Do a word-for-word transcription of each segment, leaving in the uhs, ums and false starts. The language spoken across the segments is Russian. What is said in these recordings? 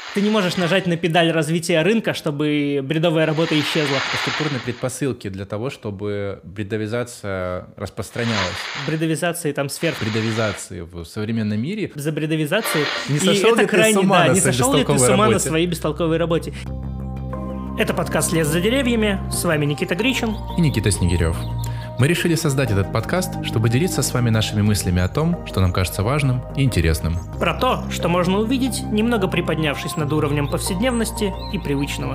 Ты не можешь нажать на педаль развития рынка, чтобы бредовая работа исчезла. Структурные предпосылки для того, чтобы бредовизация распространялась. Бредовизации там сфер. Бредовизации в современном мире. За бредовизацией. Не сошел ли ты с ума на своей сошел ли ты с ума работе? на своей бестолковой работе? Это подкаст «Лес за деревьями». С вами Никита Гричин. И Никита Снегирев. Мы решили создать этот подкаст, чтобы делиться с вами нашими мыслями о том, что нам кажется важным и интересным. Про то, что можно увидеть, немного приподнявшись над уровнем повседневности и привычного.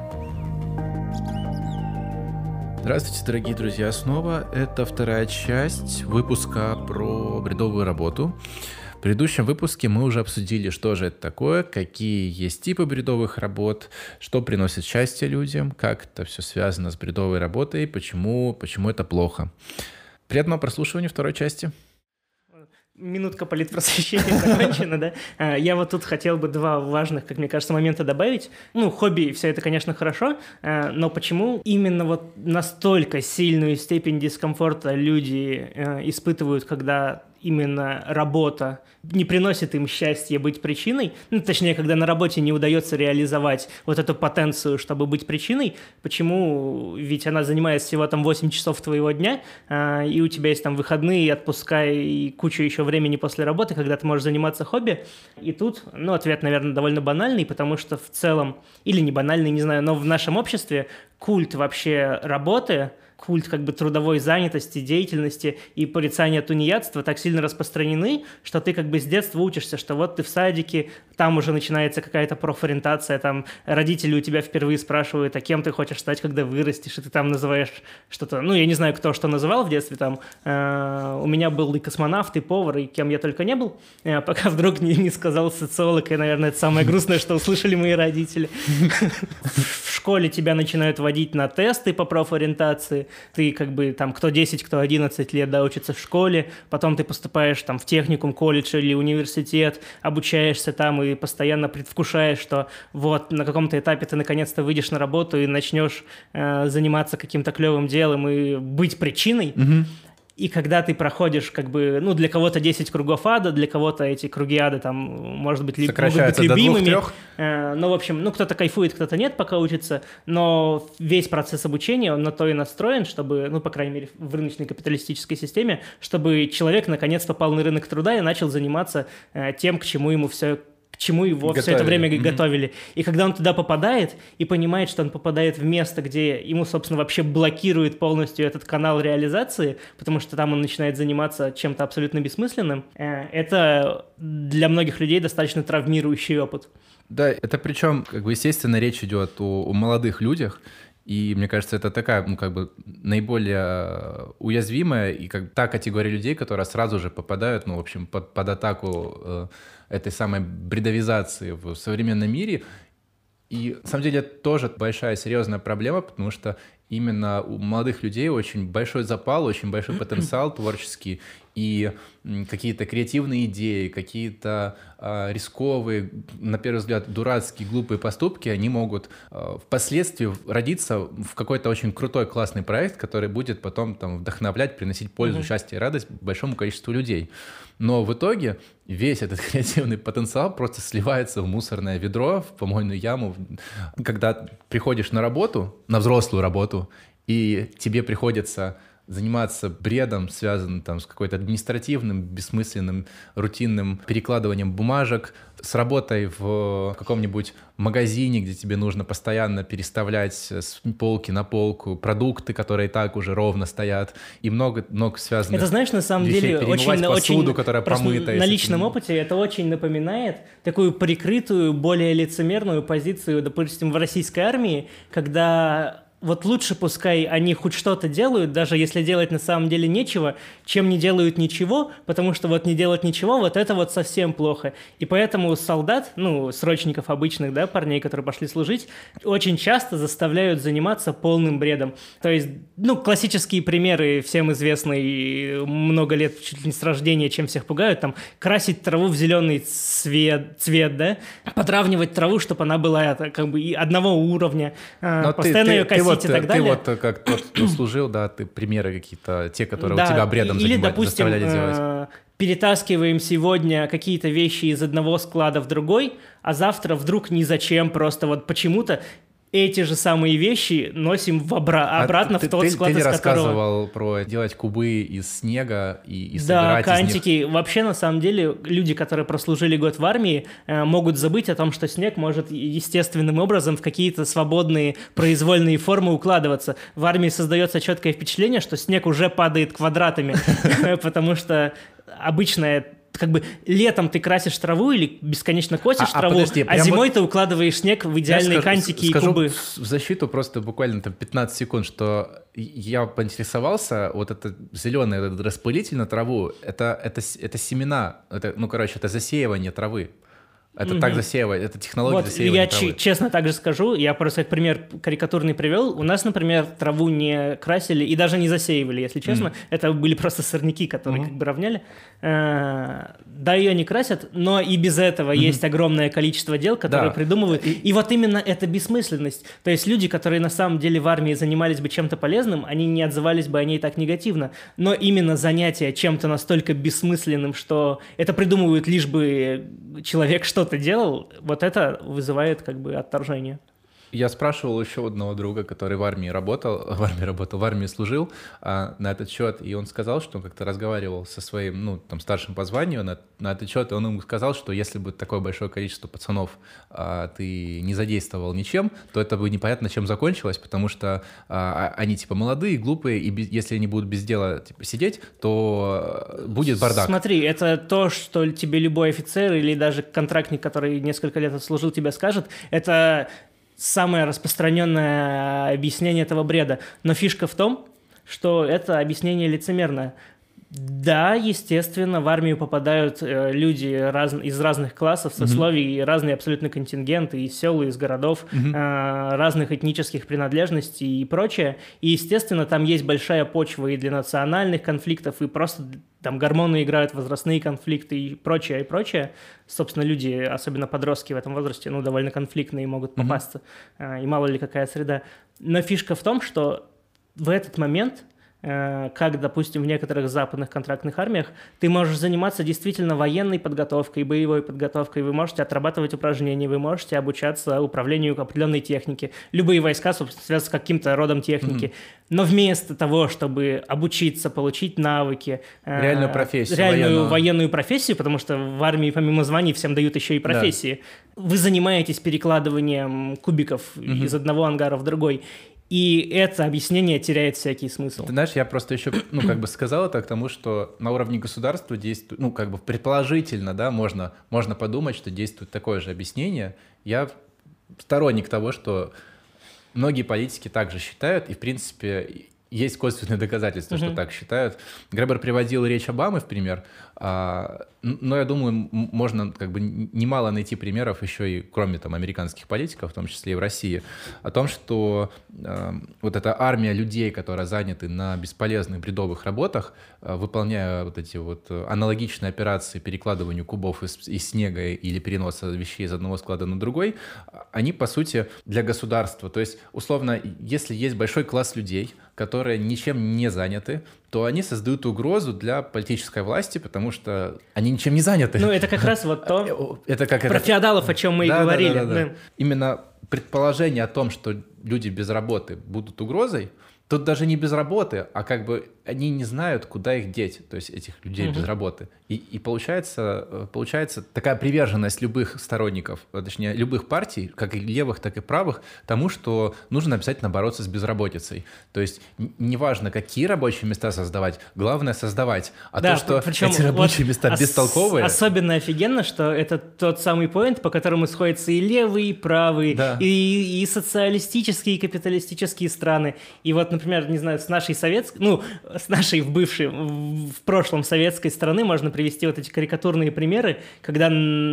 Здравствуйте, дорогие друзья, снова. Это вторая часть выпуска про бредовую работу. В предыдущем выпуске мы уже обсудили, что же это такое, какие есть типы бредовых работ, что приносит счастье людям, как это все связано с бредовой работой, почему, почему это плохо. Приятного прослушивания второй части. Минутка политпросвещения закончена, да? Я вот тут хотел бы два важных, как мне кажется, момента добавить. Ну, хобби, все это, конечно, хорошо, но почему именно вот настолько сильную степень дискомфорта люди испытывают, когда именно работа не приносит им счастья быть причиной, ну, точнее, когда на работе не удается реализовать вот эту потенцию, чтобы быть причиной, почему? Ведь она занимает всего там восемь часов твоего дня, а, и у тебя есть там выходные, отпуска и куча еще времени после работы, когда ты можешь заниматься хобби. И тут, ну, ответ, наверное, довольно банальный, потому что в целом, или не банальный, не знаю, но в нашем обществе культ вообще работы, культ как бы трудовой занятости, деятельности и порицания тунеядства так сильно распространены, что ты как бы с детства учишься, что вот ты в садике, там уже начинается какая-то профориентация, там родители у тебя впервые спрашивают, а кем ты хочешь стать, когда вырастешь, и ты там называешь что-то, ну, я не знаю, кто что называл в детстве, там, э, у меня был и космонавт, и повар, и кем я только не был, э, пока вдруг не, не сказал социолог, и, наверное, это самое грустное, что услышали мои родители. В школе тебя начинают водить на тесты по профориентации, ты как бы там кто десять, кто одиннадцать лет, да, учится в школе, потом ты поступаешь там в техникум, колледж или университет, обучаешься там и постоянно предвкушаешь, что вот на каком-то этапе ты наконец-то выйдешь на работу и начнешь э, заниматься каким-то клевым делом и быть причиной. Угу. И когда ты проходишь, как бы, ну, для кого-то десять кругов ада, для кого-то эти круги ада, там, может быть, ли, могут быть любимыми. Э, ну, в общем, ну, кто-то кайфует, кто-то нет, пока учится, но весь процесс обучения, он на то и настроен, чтобы, ну, по крайней мере, в рыночной капиталистической системе, чтобы человек, наконец, попал на рынок труда и начал заниматься э, тем, к чему ему все к чему его готовили. Все это время mm-hmm. готовили. И когда он туда попадает и понимает, что он попадает в место, где ему, собственно, вообще блокирует полностью этот канал реализации, потому что там он начинает заниматься чем-то абсолютно бессмысленным, это для многих людей достаточно травмирующий опыт. Да, это причем, как бы, естественно, речь идет о, о молодых людях, и мне кажется, это такая, ну, как бы, наиболее уязвимая и как та категория людей, которая сразу же попадают, ну, в общем, под, под атаку э, этой самой бредовизации в современном мире. И, на самом деле, это тоже большая серьезная проблема, потому что именно у молодых людей очень большой запал, очень большой потенциал творческий, и какие-то креативные идеи, какие-то э, рисковые, на первый взгляд, дурацкие, глупые поступки, они могут э, впоследствии родиться в какой-то очень крутой, классный проект, который будет потом там вдохновлять, приносить пользу, mm-hmm. счастье и радость большому количеству людей. Но в итоге весь этот креативный потенциал просто сливается в мусорное ведро, в помойную яму. Когда приходишь на работу, на взрослую работу, и тебе приходится заниматься бредом, связанным там с какой-то административным, бессмысленным, рутинным перекладыванием бумажек, с работой в каком-нибудь магазине, где тебе нужно постоянно переставлять с полки на полку продукты, которые и так уже ровно стоят, и много-много связанных это, знаешь, на самом вещей, деле очень, посуду, очень которая помыта. На личном ты... опыте это очень напоминает такую прикрытую, более лицемерную позицию, допустим, в российской армии, когда вот лучше пускай они хоть что-то делают, даже если делать на самом деле нечего, чем не делают ничего, потому что вот не делать ничего, вот это вот совсем плохо. И поэтому солдат, ну, срочников обычных, да, парней, которые пошли служить, очень часто заставляют заниматься полным бредом. То есть, ну, классические примеры, всем известные, много лет чуть ли не с рождения, чем всех пугают, там, красить траву в зеленый цвет, цвет, да, подравнивать траву, чтобы она была как бы одного уровня, но постоянно ты, ее косить. Вот, и так ты далее. вот как тот, кто служил, да, ты примеры какие-то, те, которые да, у тебя бредом или, занимают, допустим, заставляли делать. перетаскиваем сегодня какие-то вещи из одного склада в другой, а завтра вдруг ни зачем, просто вот почему-то эти же самые вещи носим в обра- обратно а в ты, тот ты, склад, ты из которого... рассказывал про делать кубы из снега и, и Да, собирать кантики. из них. Вообще, на самом деле, люди, которые прослужили год в армии, э, могут забыть о том, что снег может естественным образом в какие-то свободные произвольные формы укладываться. В армии создается четкое впечатление, что снег уже падает квадратами, потому что обычная... Как бы летом ты красишь траву или бесконечно косишь а, траву, а, подожди, а зимой вот... ты укладываешь снег в идеальные скажу, кантики скажу и кубы. В защиту просто буквально там пятнадцать секунд, что я поинтересовался, вот это зеленый этот распылитель на траву, это, это, это семена, это, ну, короче, это засеивание травы. Это mm-hmm. так засеивает, это технология вот, засеивания я травы. Я честно так же скажу, я просто как пример карикатурный привел. У нас, например, траву не красили и даже не засеивали, если честно. Mm-hmm. Это были просто сорняки, которые mm-hmm. как бы равняли. Да, ее не красят, но и без этого mm-hmm. есть огромное количество дел, которые да. придумывают. И... и вот именно эта бессмысленность. То есть люди, которые на самом деле в армии занимались бы чем-то полезным, они не отзывались бы о ней так негативно. Но именно занятие чем-то настолько бессмысленным, что это придумывают лишь бы человек что что-то делал, вот это вызывает как бы отторжение. Я спрашивал еще одного друга, который в армии работал, в армии работал, в армии служил, а, на этот счет, и он сказал, что он как-то разговаривал со своим, ну, там, старшим по званию на, на этот счет, и он ему сказал, что если бы такое большое количество пацанов а, ты не задействовал ничем, то это бы непонятно чем закончилось, потому что а, они, типа, молодые, глупые, и без, если они будут без дела, типа, сидеть, то будет бардак. Смотри, это то, что тебе любой офицер или даже контрактник, который несколько лет отслужил, тебе скажет, это... самое распространенное объяснение этого бреда. Но фишка в том, что это объяснение лицемерное. Да, естественно, в армию попадают э, люди раз, из разных классов, сословий, mm-hmm. разные абсолютно контингенты, из сел, из городов, mm-hmm. э, разных этнических принадлежностей и прочее. И, естественно, там есть большая почва и для национальных конфликтов, и просто там гормоны играют, возрастные конфликты и прочее, и прочее. Собственно, люди, особенно подростки в этом возрасте, ну, довольно конфликтные могут попасться, mm-hmm. э, и мало ли какая среда. Но фишка в том, что в этот момент... как, допустим, в некоторых западных контрактных армиях, ты можешь заниматься действительно военной подготовкой, боевой подготовкой, вы можете отрабатывать упражнения, вы можете обучаться управлению определенной техники. Любые войска, собственно, связаны с каким-то родом техники. Mm-hmm. Но вместо того, чтобы обучиться, получить навыки... Реальную профессию. Реальную военную. военную профессию, потому что в армии помимо званий всем дают еще и профессии. Да. Вы занимаетесь перекладыванием кубиков mm-hmm. из одного ангара в другой. И это объяснение теряет всякий смысл. Ты знаешь, я просто еще, ну, как бы сказал это к тому, что на уровне государства действует, ну, как бы предположительно, да, можно, можно подумать, что действует такое же объяснение. Я сторонник того, что многие политики также считают, и, в принципе, есть косвенные доказательства, uh-huh. что так считают. Гребер приводил речь Обамы в пример, а, но я думаю, можно как бы немало найти примеров еще и кроме там американских политиков, в том числе и в России, о том, что а, вот эта армия людей, которые заняты на бесполезных бредовых работах, а, выполняя вот эти вот аналогичные операции перекладыванию кубов из, из снега или переноса вещей из одного склада на другой, они, по сути, для государства. То есть, условно, если есть большой класс людей, которые ничем не заняты, то они создают угрозу для политической власти, потому что они ничем не заняты. Ну, это как раз вот то, это как про это... феодалов, о чем мы да, и говорили. Да, да, да, да. Именно предположение о том, что люди без работы будут угрозой, тут даже не без работы, а как бы они не знают, куда их деть, то есть этих людей uh-huh. без работы. И, и получается, получается такая приверженность любых сторонников, точнее, любых партий, как и левых, так и правых, тому, что нужно обязательно бороться с безработицей. То есть неважно, какие рабочие места создавать, главное создавать. А да, то, что эти рабочие вот места ос- бестолковые... Особенно офигенно, что это тот самый поинт, по которому сходятся и левые, и правые, да. и, и социалистические, и капиталистические страны. И вот, например, не знаю, с нашей советской... Ну, с нашей в бывшей, в прошлом советской страны можно привести вот эти карикатурные примеры, когда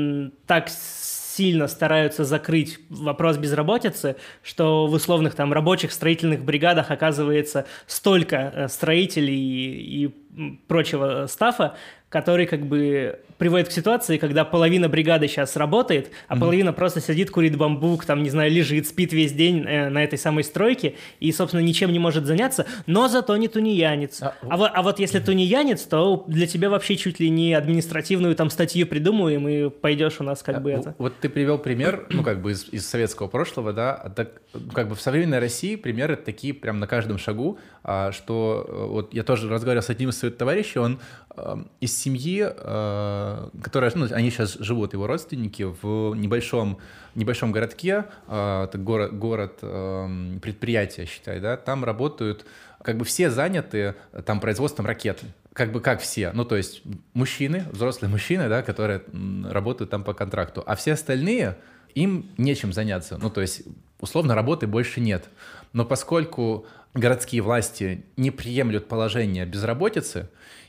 так сильно стараются закрыть вопрос безработицы, что в условных там рабочих строительных бригадах оказывается столько строителей и, и прочего стафа, который как бы приводит к ситуации, когда половина бригады сейчас работает, а mm-hmm. половина просто сидит, курит бамбук, там, не знаю, лежит, спит весь день э, на этой самой стройке и, собственно, ничем не может заняться, но зато не тунеядец. А, а, вот, а вот если тунеядец, то для тебя вообще чуть ли не административную там статью придумываем, и пойдешь у нас как а, бы это. Вот ты привел пример, ну, как бы из, из советского прошлого, да, так, как бы в современной России примеры такие прям на каждом шагу, а, что вот я тоже разговаривал с одним из своих товарищей, он а, из семьи, а, которая, ну, они сейчас живут, его родственники, в небольшом, небольшом городке, а, это город, город а, предприятия, считай, да, там работают, как бы все заняты там производством ракет. Как бы как все, ну то есть мужчины, взрослые мужчины, да, которые работают там по контракту, а все остальные, им нечем заняться, ну то есть условно работы больше нет. Но поскольку городские власти не приемлют положение безработицы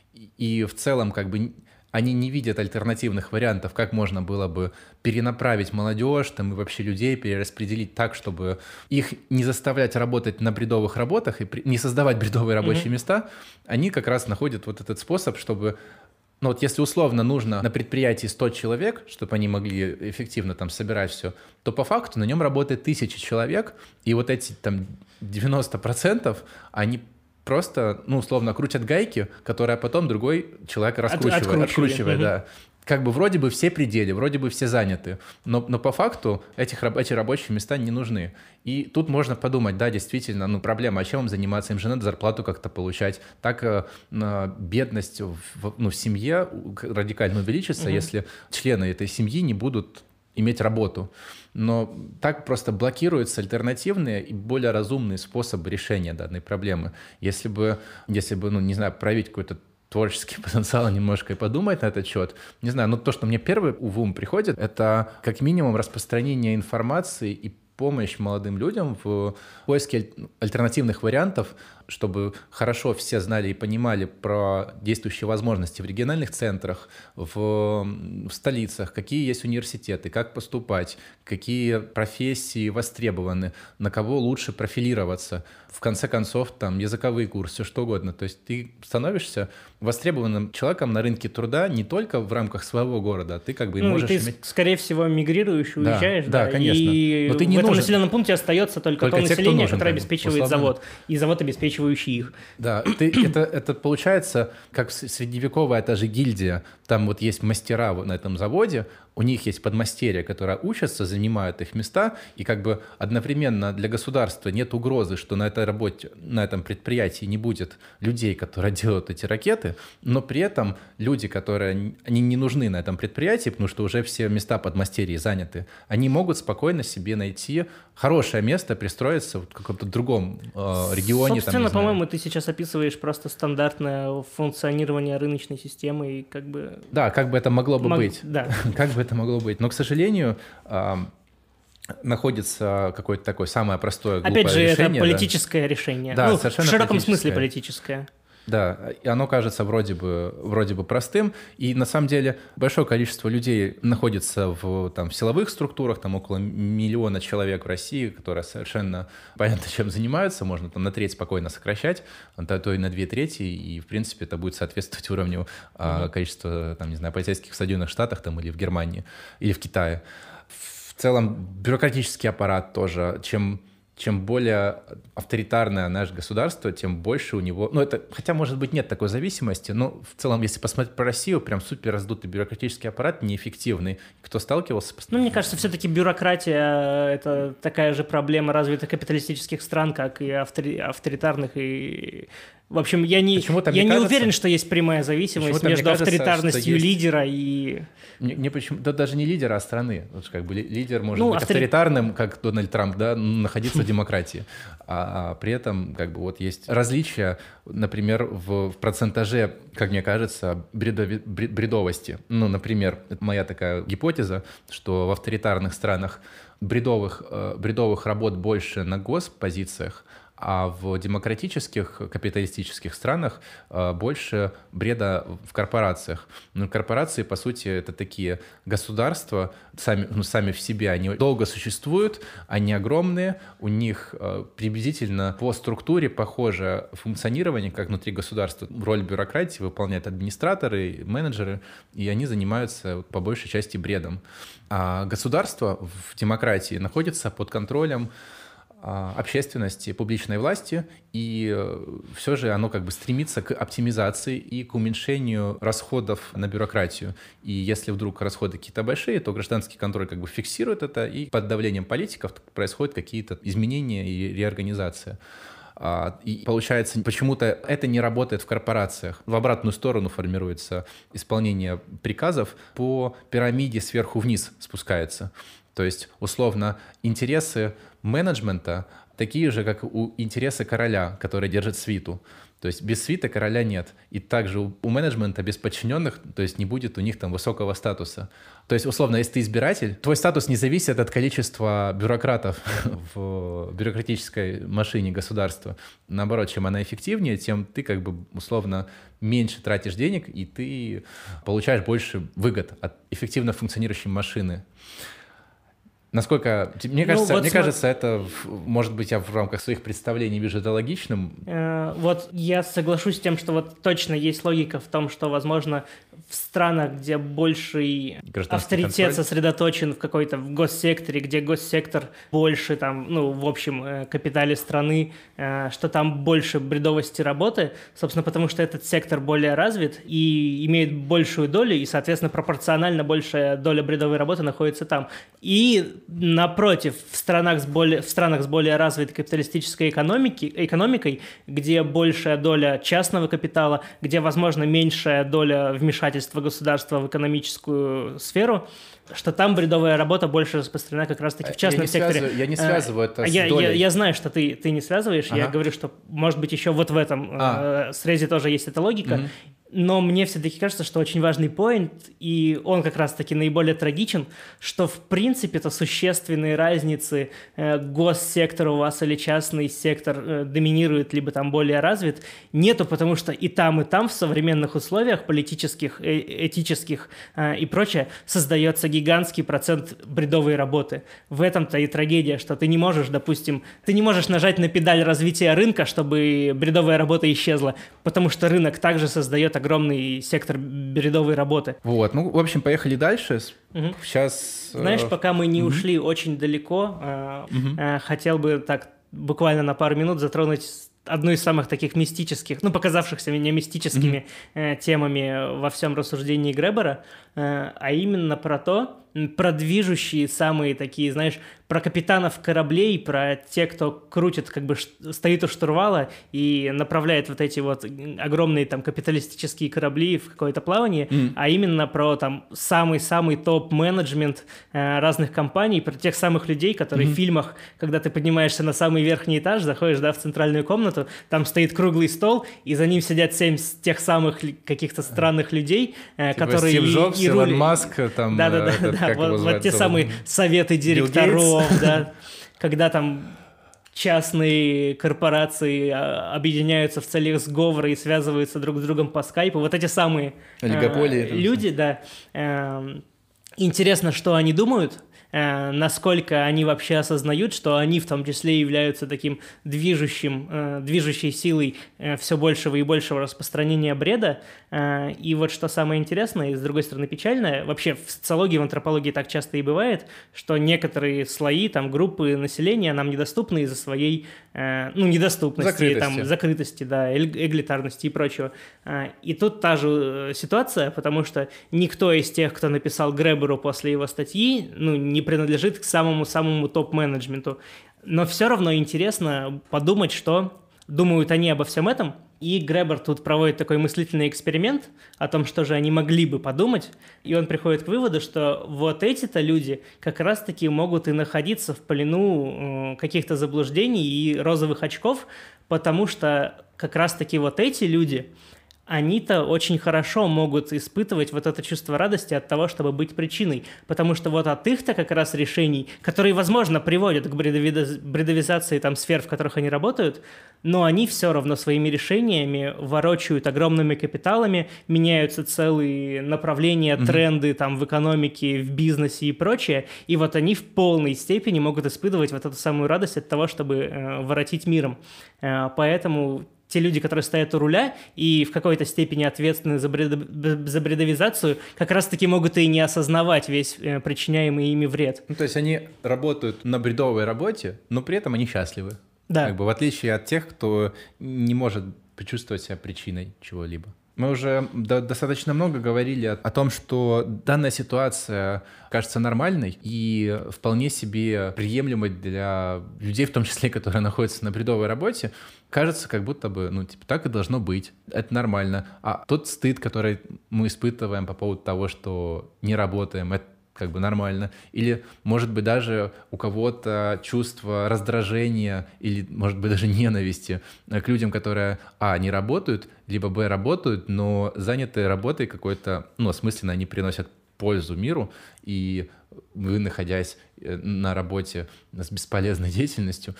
и в целом как бы они не видят альтернативных вариантов, как можно было бы перенаправить молодежь там, и вообще людей, перераспределить так, чтобы их не заставлять работать на бредовых работах и не создавать бредовые рабочие mm-hmm. места, они как раз находят вот этот способ, чтобы, ну вот если условно нужно на предприятии сто человек, чтобы они могли эффективно там собирать все, то по факту на нем работает тысяча человек, и вот эти там девяносто процентов, они просто, ну, условно, крутят гайки, которые потом другой человек раскручивает, От, откручивает, угу. да. Как бы вроде бы все пределы, вроде бы все заняты, но, но по факту этих, эти рабочие места не нужны. И тут можно подумать, да, действительно, ну, проблема, а чем им заниматься? Им же надо зарплату как-то получать. Так э, бедность в, ну, в семье радикально увеличится, угу. если члены этой семьи не будут иметь работу. Но так просто блокируются альтернативные и более разумные способы решения данной проблемы. Если бы, если бы, ну, не знаю, проявить какой-то творческий потенциал немножко и подумать на этот счет, не знаю, но то, что мне первое в ум приходит, это как минимум распространение информации и помощь молодым людям в поиске альтернативных вариантов, чтобы хорошо все знали и понимали про действующие возможности в региональных центрах, в, в столицах, какие есть университеты, как поступать, какие профессии востребованы, на кого лучше профилироваться. В конце концов, там, языковые курсы, все что угодно. То есть ты становишься востребованным человеком на рынке труда не только в рамках своего города, а ты как бы ну, можешь ты, иметь... скорее всего, мигрируешь, уезжаешь, да, да, да, конечно. И Но ты не в этом нужен. населенном пункте остается только, только то те, население, нужен, которое обеспечивает условно... завод, и завод, обеспечивающий их. Да, ты, это, это получается, как средневековая та же гильдия, там вот есть мастера на этом заводе, у них есть подмастерья, которые учатся, занимают их места, и как бы одновременно для государства нет угрозы, что на этой работе, на этом предприятии не будет людей, которые делают эти ракеты, но при этом люди, которые они не нужны на этом предприятии, потому что уже все места подмастерья заняты, они могут спокойно себе найти хорошее место, пристроиться в каком-то другом э, регионе. Собственно, там, по-моему, ты сейчас описываешь просто стандартное функционирование рыночной системы и как бы... Да, как бы это могло бы Мог... быть. Да. Как бы это могло быть. Но, к сожалению, э, находится какое-то такое самое простое, глупое Опять же, решение. это политическое да. решение. Да, ну, совершенно в широком политическое. смысле политическое. Да, и оно кажется вроде бы, вроде бы простым, и на самом деле большое количество людей находится в, там, в силовых структурах, там около миллиона человек в России, которые совершенно понятно, чем занимаются, можно там на треть спокойно сокращать, а то и на две трети, и в принципе это будет соответствовать уровню а, количества, там, не знаю, полицейских в Соединенных Штатах там, или в Германии, или в Китае. В целом бюрократический аппарат тоже, чем... Чем более авторитарное наше государство, тем больше у него... Ну, это, хотя, может быть, нет такой зависимости, но в целом, если посмотреть по Россию, прям супер раздутый бюрократический аппарат, неэффективный. Кто сталкивался... Ну, мне кажется, все-таки бюрократия — это такая же проблема развитых капиталистических стран, как и автори... авторитарных и... В общем, я не, я не кажется, уверен, что есть прямая зависимость между кажется, авторитарностью есть... лидера и... Не, не почему, да даже не лидера, а страны. Вот как бы лидер может ну, быть автори... авторитарным, как Дональд Трамп, да, находиться в демократии. А, а при этом как бы вот есть различия, например, в, в процентаже, как мне кажется, бредови, бредовости. Ну, например, это моя такая гипотеза, что в авторитарных странах бредовых, бредовых работ больше на госпозициях, а в демократических, капиталистических странах больше бреда в корпорациях. Ну, корпорации, по сути, это такие государства, сами, ну, сами в себе, они долго существуют, они огромные, у них приблизительно по структуре похоже функционирование, как внутри государства. Роль бюрократии выполняют администраторы, менеджеры, и они занимаются по большей части бредом. А государство в демократии находится под контролем общественности, публичной власти, и все же оно как бы стремится к оптимизации и к уменьшению расходов на бюрократию. И если вдруг расходы какие-то большие, то гражданский контроль как бы фиксирует это, и под давлением политиков происходят какие-то изменения и реорганизация. И получается, почему-то это не работает в корпорациях. В обратную сторону формируется исполнение приказов, по пирамиде сверху вниз спускается. То есть, условно, интересы менеджмента такие же, как у интересы короля, который держит свиту. То есть без свиты короля нет. И также у, у менеджмента без подчиненных, то есть не будет у них там высокого статуса. То есть, условно, если ты избиратель, твой статус не зависит от количества бюрократов в бюрократической машине государства. Наоборот, чем она эффективнее, тем ты как бы условно меньше тратишь денег, и ты получаешь больше выгод от эффективно функционирующей машины. Насколько, мне кажется, ну, вот мне см... кажется, это, может быть, я в рамках своих представлений вижу это логичным. Э, вот я соглашусь с тем, что вот точно есть логика в том, что, возможно, в странах, где больший авторитет контроль сосредоточен в какой-то в госсекторе, где госсектор больше там, ну, в общем, э, капитале страны, э, что там больше бредовости работы, собственно, потому что этот сектор более развит и имеет большую долю, и, соответственно, пропорционально большая доля бредовой работы находится там. И напротив, в странах с более, в странах с более развитой капиталистической экономики, экономикой, где большая доля частного капитала, где, возможно, меньшая доля вмешательства государства в экономическую сферу, что там бредовая работа больше распространена как раз-таки в частном я секторе. Связываю, я не связываю это я, с долей. Я, я знаю, что ты, ты не связываешь, ага. Я говорю, что, может быть, еще вот в этом а. э, срезе тоже есть эта логика, угу. Но мне все-таки кажется, что очень важный поинт, и он как раз-таки наиболее трагичен, что в принципе-то существенные разницы э, госсектор у вас или частный сектор э, доминирует, либо там более развит, нету, потому что и там, и там в современных условиях политических, э, этических э, и прочее создается гигантский процент бредовой работы. В этом-то и трагедия, что ты не можешь, допустим, ты не можешь нажать на педаль развития рынка, чтобы бредовая работа исчезла, потому что рынок также создает огромный сектор бредовой работы. Вот, ну, в общем, поехали дальше. Угу. Сейчас... Знаешь, пока мы не угу. ушли очень далеко, э, угу. э, хотел бы так буквально на пару минут затронуть одну из самых таких мистических, ну, показавшихся мне мистическими mm-hmm. э, темами во всем рассуждении Гребера, э, а именно про то, про движущие самые такие, знаешь, про капитанов кораблей, про те, кто крутит, как бы стоит у штурвала и направляет вот эти вот огромные там капиталистические корабли в какое-то плавание, mm. а именно про там самый-самый топ-менеджмент э, разных компаний, про тех самых людей, которые mm-hmm. в фильмах, когда ты поднимаешься на самый верхний этаж, заходишь, да, в центральную комнату, там стоит круглый стол, и за ним сидят семь тех самых каких-то странных людей, э, типа которые... Стив Джобс, и, и Илон Маск, там... Да-да-да. Да, вот, вот те самые советы директоров, да, когда там частные корпорации объединяются в целях сговора и связываются друг с другом по скайпу. Вот эти самые э, люди, да. Э, интересно, что они думают, э, насколько они вообще осознают, что они в том числе являются таким движущим, э, движущей силой э, все большего и большего распространения бреда. Э, и вот что самое интересное и, с другой стороны, печальное, вообще в социологии, в антропологии так часто и бывает, что некоторые слои, там, группы населения нам недоступны из-за своей, э, ну, недоступности, закрытости, там, закрытости, да, эглитарности и прочего. Э, и тут та же ситуация, потому что никто из тех, кто написал Греберу после его статьи, ну, не принадлежит к самому-самому топ-менеджменту. Но все равно интересно подумать, что думают они обо всем этом. И Гребер тут проводит такой мыслительный эксперимент о том, что же они могли бы подумать. И он приходит к выводу, что вот эти-то люди как раз-таки могут и находиться в плену каких-то заблуждений и розовых очков, потому что как раз-таки вот эти люди... они-то очень хорошо могут испытывать вот это чувство радости от того, чтобы быть причиной. Потому что вот от их-то как раз решений, которые, возможно, приводят к бредовиз- бредовизации там, сфер, в которых они работают, но они все равно своими решениями ворочают огромными капиталами, меняются целые направления, mm-hmm. тренды там, в экономике, в бизнесе и прочее. И вот они в полной степени могут испытывать вот эту самую радость от того, чтобы э, воротить миром. Э, поэтому... те люди, которые стоят у руля и в какой-то степени ответственны за, бред... за бредовизацию, как раз-таки могут и не осознавать весь э, причиняемый ими вред. Ну, то есть они работают на бредовой работе, но при этом они счастливы. Да. Как бы в отличие от тех, кто не может почувствовать себя причиной чего-либо. Мы уже до- достаточно много говорили о, о том, что данная ситуация кажется нормальной и вполне себе приемлемой для людей, в том числе, которые находятся на бредовой работе. Кажется, как будто бы, ну, типа, так и должно быть, это нормально. А тот стыд, который мы испытываем по поводу того, что не работаем, это как бы нормально. Или, может быть, даже у кого-то чувство раздражения или, может быть, даже ненависти к людям, которые, а, не работают, либо, б, работают, но заняты работой какой-то, ну, осмысленно они приносят пользу миру, и вы, находясь на работе с бесполезной деятельностью,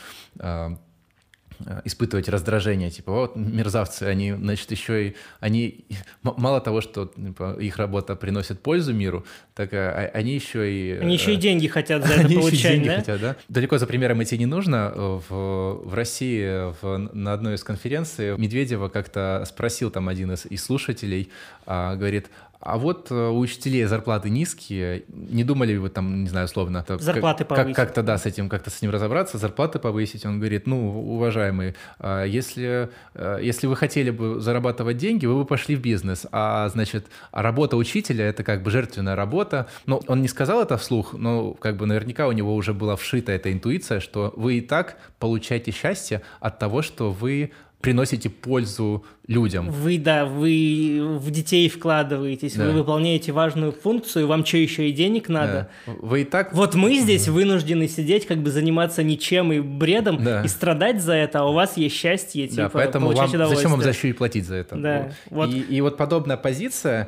испытывать раздражение, типа, вот мерзавцы, они, значит, еще и, они, мало того, что типа, их работа приносит пользу миру, так а, они еще и... Они еще и деньги хотят за это они получать, еще деньги да? хотят, да? Далеко за примером идти не нужно. В, в России в, на одной из конференций Медведева как-то спросил там один из, из слушателей, а, говорит, а вот у учителей зарплаты низкие, не думали ли вы там, не знаю, условно... Зарплаты как, повысить. Как-то, да, с этим, как-то с ним разобраться, зарплаты повысить. Он говорит, ну, уважаемый, если, если вы хотели бы зарабатывать деньги, вы бы пошли в бизнес, а, значит, работа учителя — это как бы жертвенная работа. Ну, он не сказал это вслух, но как бы наверняка у него уже была вшита эта интуиция, что вы и так получаете счастье от того, что вы приносите пользу людям. Вы, да, вы в детей вкладываетесь, да. Вы выполняете важную функцию, вам что, еще и денег надо? Да. Вы и так... Вот мы здесь вынуждены сидеть, как бы заниматься ничем и бредом, да. И страдать за это, а у вас есть счастье, типа, да, поэтому получать вам, зачем вам за еще и платить за это? Да. Вот. И, и вот подобная позиция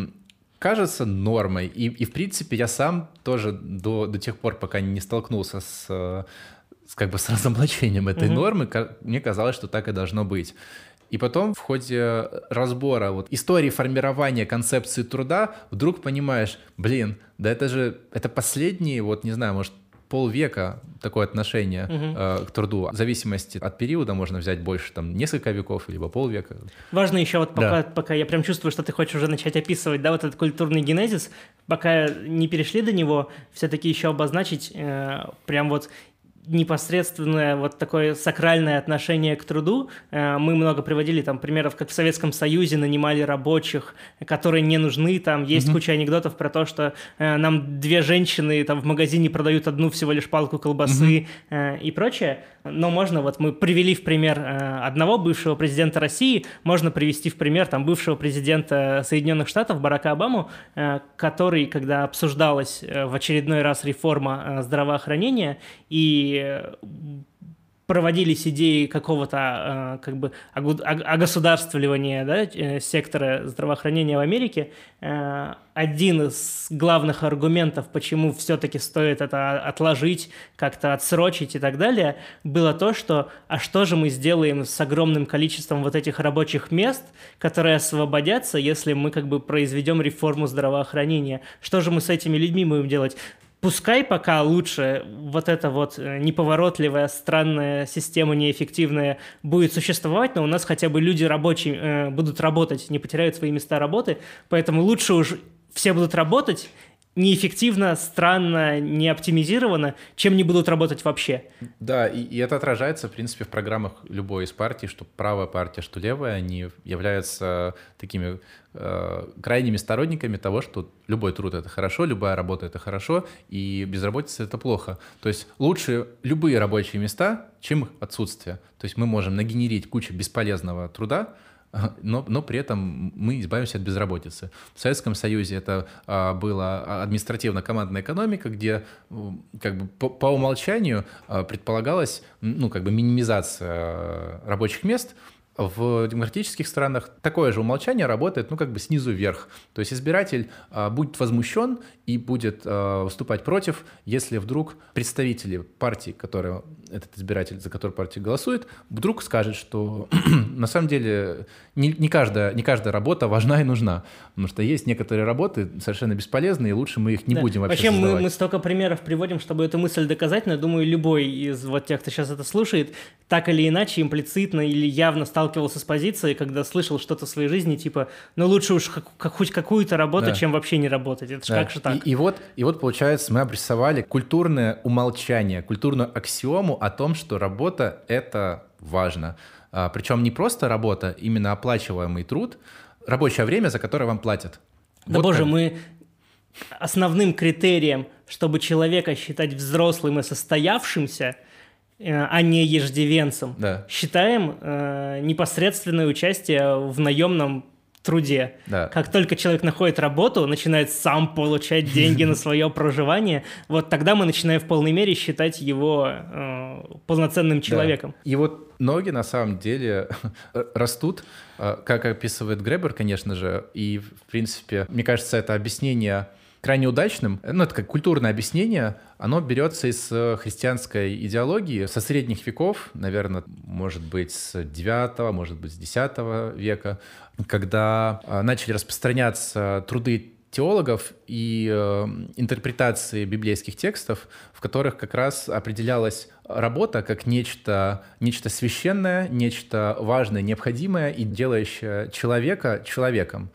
кажется нормой. И, и в принципе, я сам тоже до, до тех пор, пока не столкнулся с... С, как бы с разоблачением этой mm-hmm. нормы, мне казалось, что так и должно быть. И потом в ходе разбора вот, истории формирования концепции труда вдруг понимаешь, блин, да это же, это последние, вот не знаю, может, полвека такое отношение mm-hmm. э, к труду. В зависимости от периода можно взять больше, там, несколько веков, либо полвека. Важно еще вот пока, да. пока я прям чувствую, что ты хочешь уже начать описывать, да, вот этот культурный генезис, пока не перешли до него, все-таки еще обозначить э, прям вот непосредственное вот такое сакральное отношение к труду. Мы много приводили там примеров, как в Советском Союзе нанимали рабочих, которые не нужны. Там есть mm-hmm. куча анекдотов про то, что нам две женщины там в магазине продают одну всего лишь палку колбасы mm-hmm. и прочее. Но можно, вот мы привели в пример одного бывшего президента России, можно привести в пример там бывшего президента Соединенных Штатов Барака Обаму, который, когда обсуждалась в очередной раз реформа здравоохранения и проводились идеи какого-то как бы огосударствливания, да, сектора здравоохранения в Америке, один из главных аргументов, почему все-таки стоит это отложить, как-то отсрочить и так далее, было то, что а что же мы сделаем с огромным количеством вот этих рабочих мест, которые освободятся, если мы как бы произведем реформу здравоохранения? Что же мы с этими людьми будем делать? Пускай пока лучше вот эта вот неповоротливая, странная система, неэффективная будет существовать, но у нас хотя бы люди рабочие э, будут работать, не потеряют свои места работы, поэтому лучше уж все будут работать неэффективно, странно, не оптимизировано, чем не будут работать вообще. Да, и, и это отражается, в принципе, в программах любой из партий, что правая партия, что левая, они являются такими э, крайними сторонниками того, что любой труд — это хорошо, любая работа — это хорошо, и безработица — это плохо. То есть лучше любые рабочие места, чем их отсутствие. То есть мы можем нагенерить кучу бесполезного труда, Но, но при этом мы избавимся от безработицы. В Советском Союзе это а, была административно-командная экономика, где как бы, по, по умолчанию а, предполагалась ну, как бы минимизация рабочих мест, В демократических странах такое же умолчание работает, ну, как бы снизу вверх. То есть избиратель а, будет возмущен и будет а, выступать против, если вдруг представители партии, которая, этот избиратель, за которую партия голосует, вдруг скажет, что на самом деле не, не, каждая, не каждая работа важна и нужна. Потому что есть некоторые работы совершенно бесполезные, и лучше мы их не да. будем вообще Вообще создавать. мы, мы столько примеров приводим, чтобы эту мысль доказать, но я думаю, любой из вот тех, кто сейчас это слушает, так или иначе, имплицитно или явно сталкивался с позицией, когда слышал что-то в своей жизни, типа, ну лучше уж как, как, хоть какую-то работу, да. чем вообще не работать. Это же да. как же так? И, и, вот, и вот, получается, мы обрисовали культурное умолчание, культурную аксиому о том, что работа — это важно. А, причем не просто работа, именно оплачиваемый труд, рабочее время, за которое вам платят. Да вот боже, как... мы основным критерием, чтобы человека считать взрослым и состоявшимся, а не иждивенцем, да. считаем э, непосредственное участие в наемном труде. Да. Как только человек находит работу, начинает сам получать деньги на свое проживание, вот тогда мы начинаем в полной мере считать его э, полноценным человеком. Да. И вот ноги на самом деле растут, как описывает Гребер, конечно же, и в принципе, мне кажется, это объяснение крайне удачным, ну, это как культурное объяснение, оно берется из христианской идеологии со средних веков, наверное, может быть, с девятого, может быть, с десятого века, когда начали распространяться труды теологов и э, интерпретации библейских текстов, в которых как раз определялась работа как нечто, нечто священное, нечто важное, необходимое и делающее человека человеком.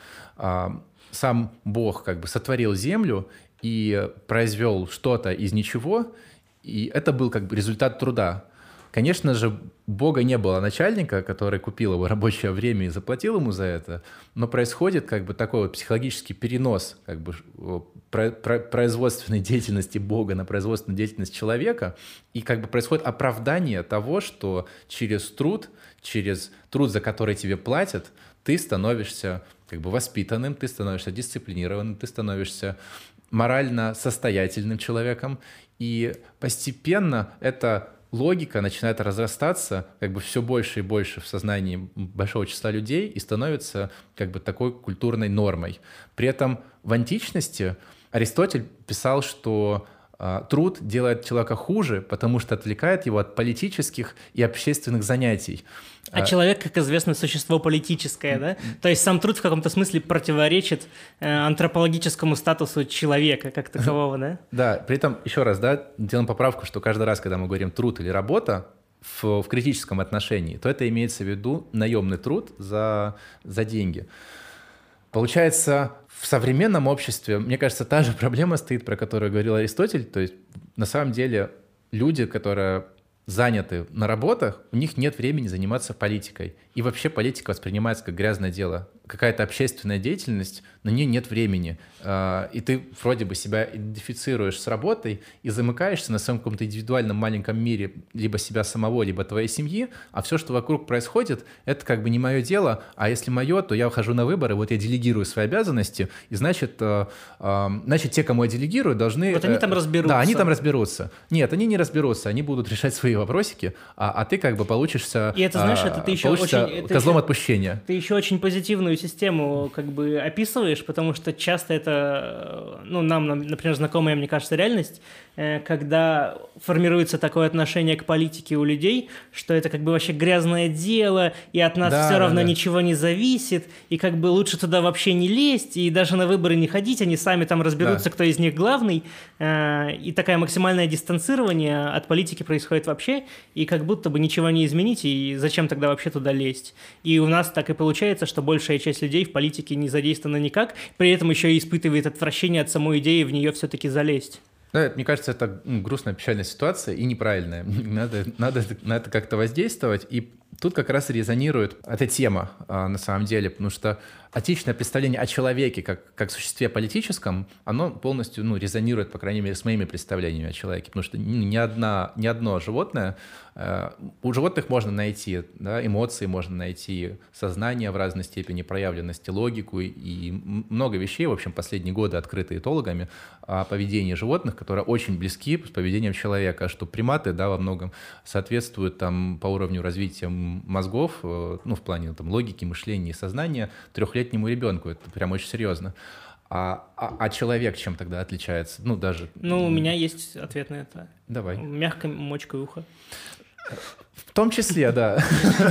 Сам Бог как бы сотворил землю и произвел что-то из ничего, и это был как бы результат труда. Конечно же, Бога не было начальника, который купил его рабочее время и заплатил ему за это, но происходит как бы такой вот психологический перенос как бы производственной деятельности Бога на производственную деятельность человека, и как бы происходит оправдание того, что через труд, через труд, за который тебе платят, ты становишься как бы воспитанным, ты становишься дисциплинированным, ты становишься морально состоятельным человеком, и постепенно эта логика начинает разрастаться как бы все больше и больше в сознании большого числа людей и становится как бы такой культурной нормой. При этом в античности Аристотель писал, что э, труд делает человека хуже, потому что отвлекает его от политических и общественных занятий. А человек, как известно, существо политическое, да? То есть сам труд в каком-то смысле противоречит э, антропологическому статусу человека как такового, да? Да, при этом, еще раз, да, делаем поправку, что каждый раз, когда мы говорим труд или работа в, в критическом отношении, то это имеется в виду наемный труд за, за деньги. Получается, в современном обществе, мне кажется, та же проблема стоит, про которую говорил Аристотель, то есть на самом деле люди, которые заняты на работах, у них нет времени заниматься политикой. И вообще политика воспринимается как грязное дело. Какая-то общественная деятельность, на нее нет времени. И ты вроде бы себя идентифицируешь с работой и замыкаешься на своем каком-то индивидуальном маленьком мире либо себя самого, либо твоей семьи, а все, что вокруг происходит, это как бы не мое дело, а если мое, то я ухожу на выборы, вот я делегирую свои обязанности, и значит, значит те, кому я делегирую, должны... Вот они там разберутся. Да, они там разберутся. Нет, они не разберутся, они будут решать свои вопросики, а, а ты как бы получишься... И это, знаешь, это ты еще очень... Это козлом еще, отпущения. Ты еще очень позитивную систему как бы описываешь, потому что часто это, ну, нам, например, знакомая, мне кажется, реальность, когда формируется такое отношение к политике у людей, что это как бы вообще грязное дело, и от нас да, все да, равно да. ничего не зависит, и как бы лучше туда вообще не лезть, и даже на выборы не ходить, они сами там разберутся, да. кто из них главный, и такое максимальное дистанцирование от политики происходит вообще, и как будто бы ничего не изменить, и зачем тогда вообще туда лезть? И у нас так и получается, что большая часть людей в политике не задействована никак, при этом еще и испытывает отвращение от самой идеи в нее все-таки залезть. Да, мне кажется, это грустная, печальная ситуация и неправильная. Надо, надо на это как-то воздействовать. И тут как раз резонирует эта тема на самом деле, потому что отечественное представление о человеке как, как существе политическом, оно полностью ну, резонирует, по крайней мере, с моими представлениями о человеке, потому что ни, одна, ни одно животное, э, у животных можно найти да, эмоции, можно найти сознание в разной степени проявленности, логику и много вещей, в общем, последние годы открыты этологами о поведении животных, которые очень близки с поведением человека, что приматы да, во многом соответствуют там, по уровню развития уровнем мозгов, ну, в плане там, логики, мышления и сознания трехлетнему ребенку. Это прям очень серьезно. А, а, а человек чем тогда отличается? Ну, даже... Ну, у меня есть ответ на это. Давай. Мягкой мочкой уха. В том числе, да.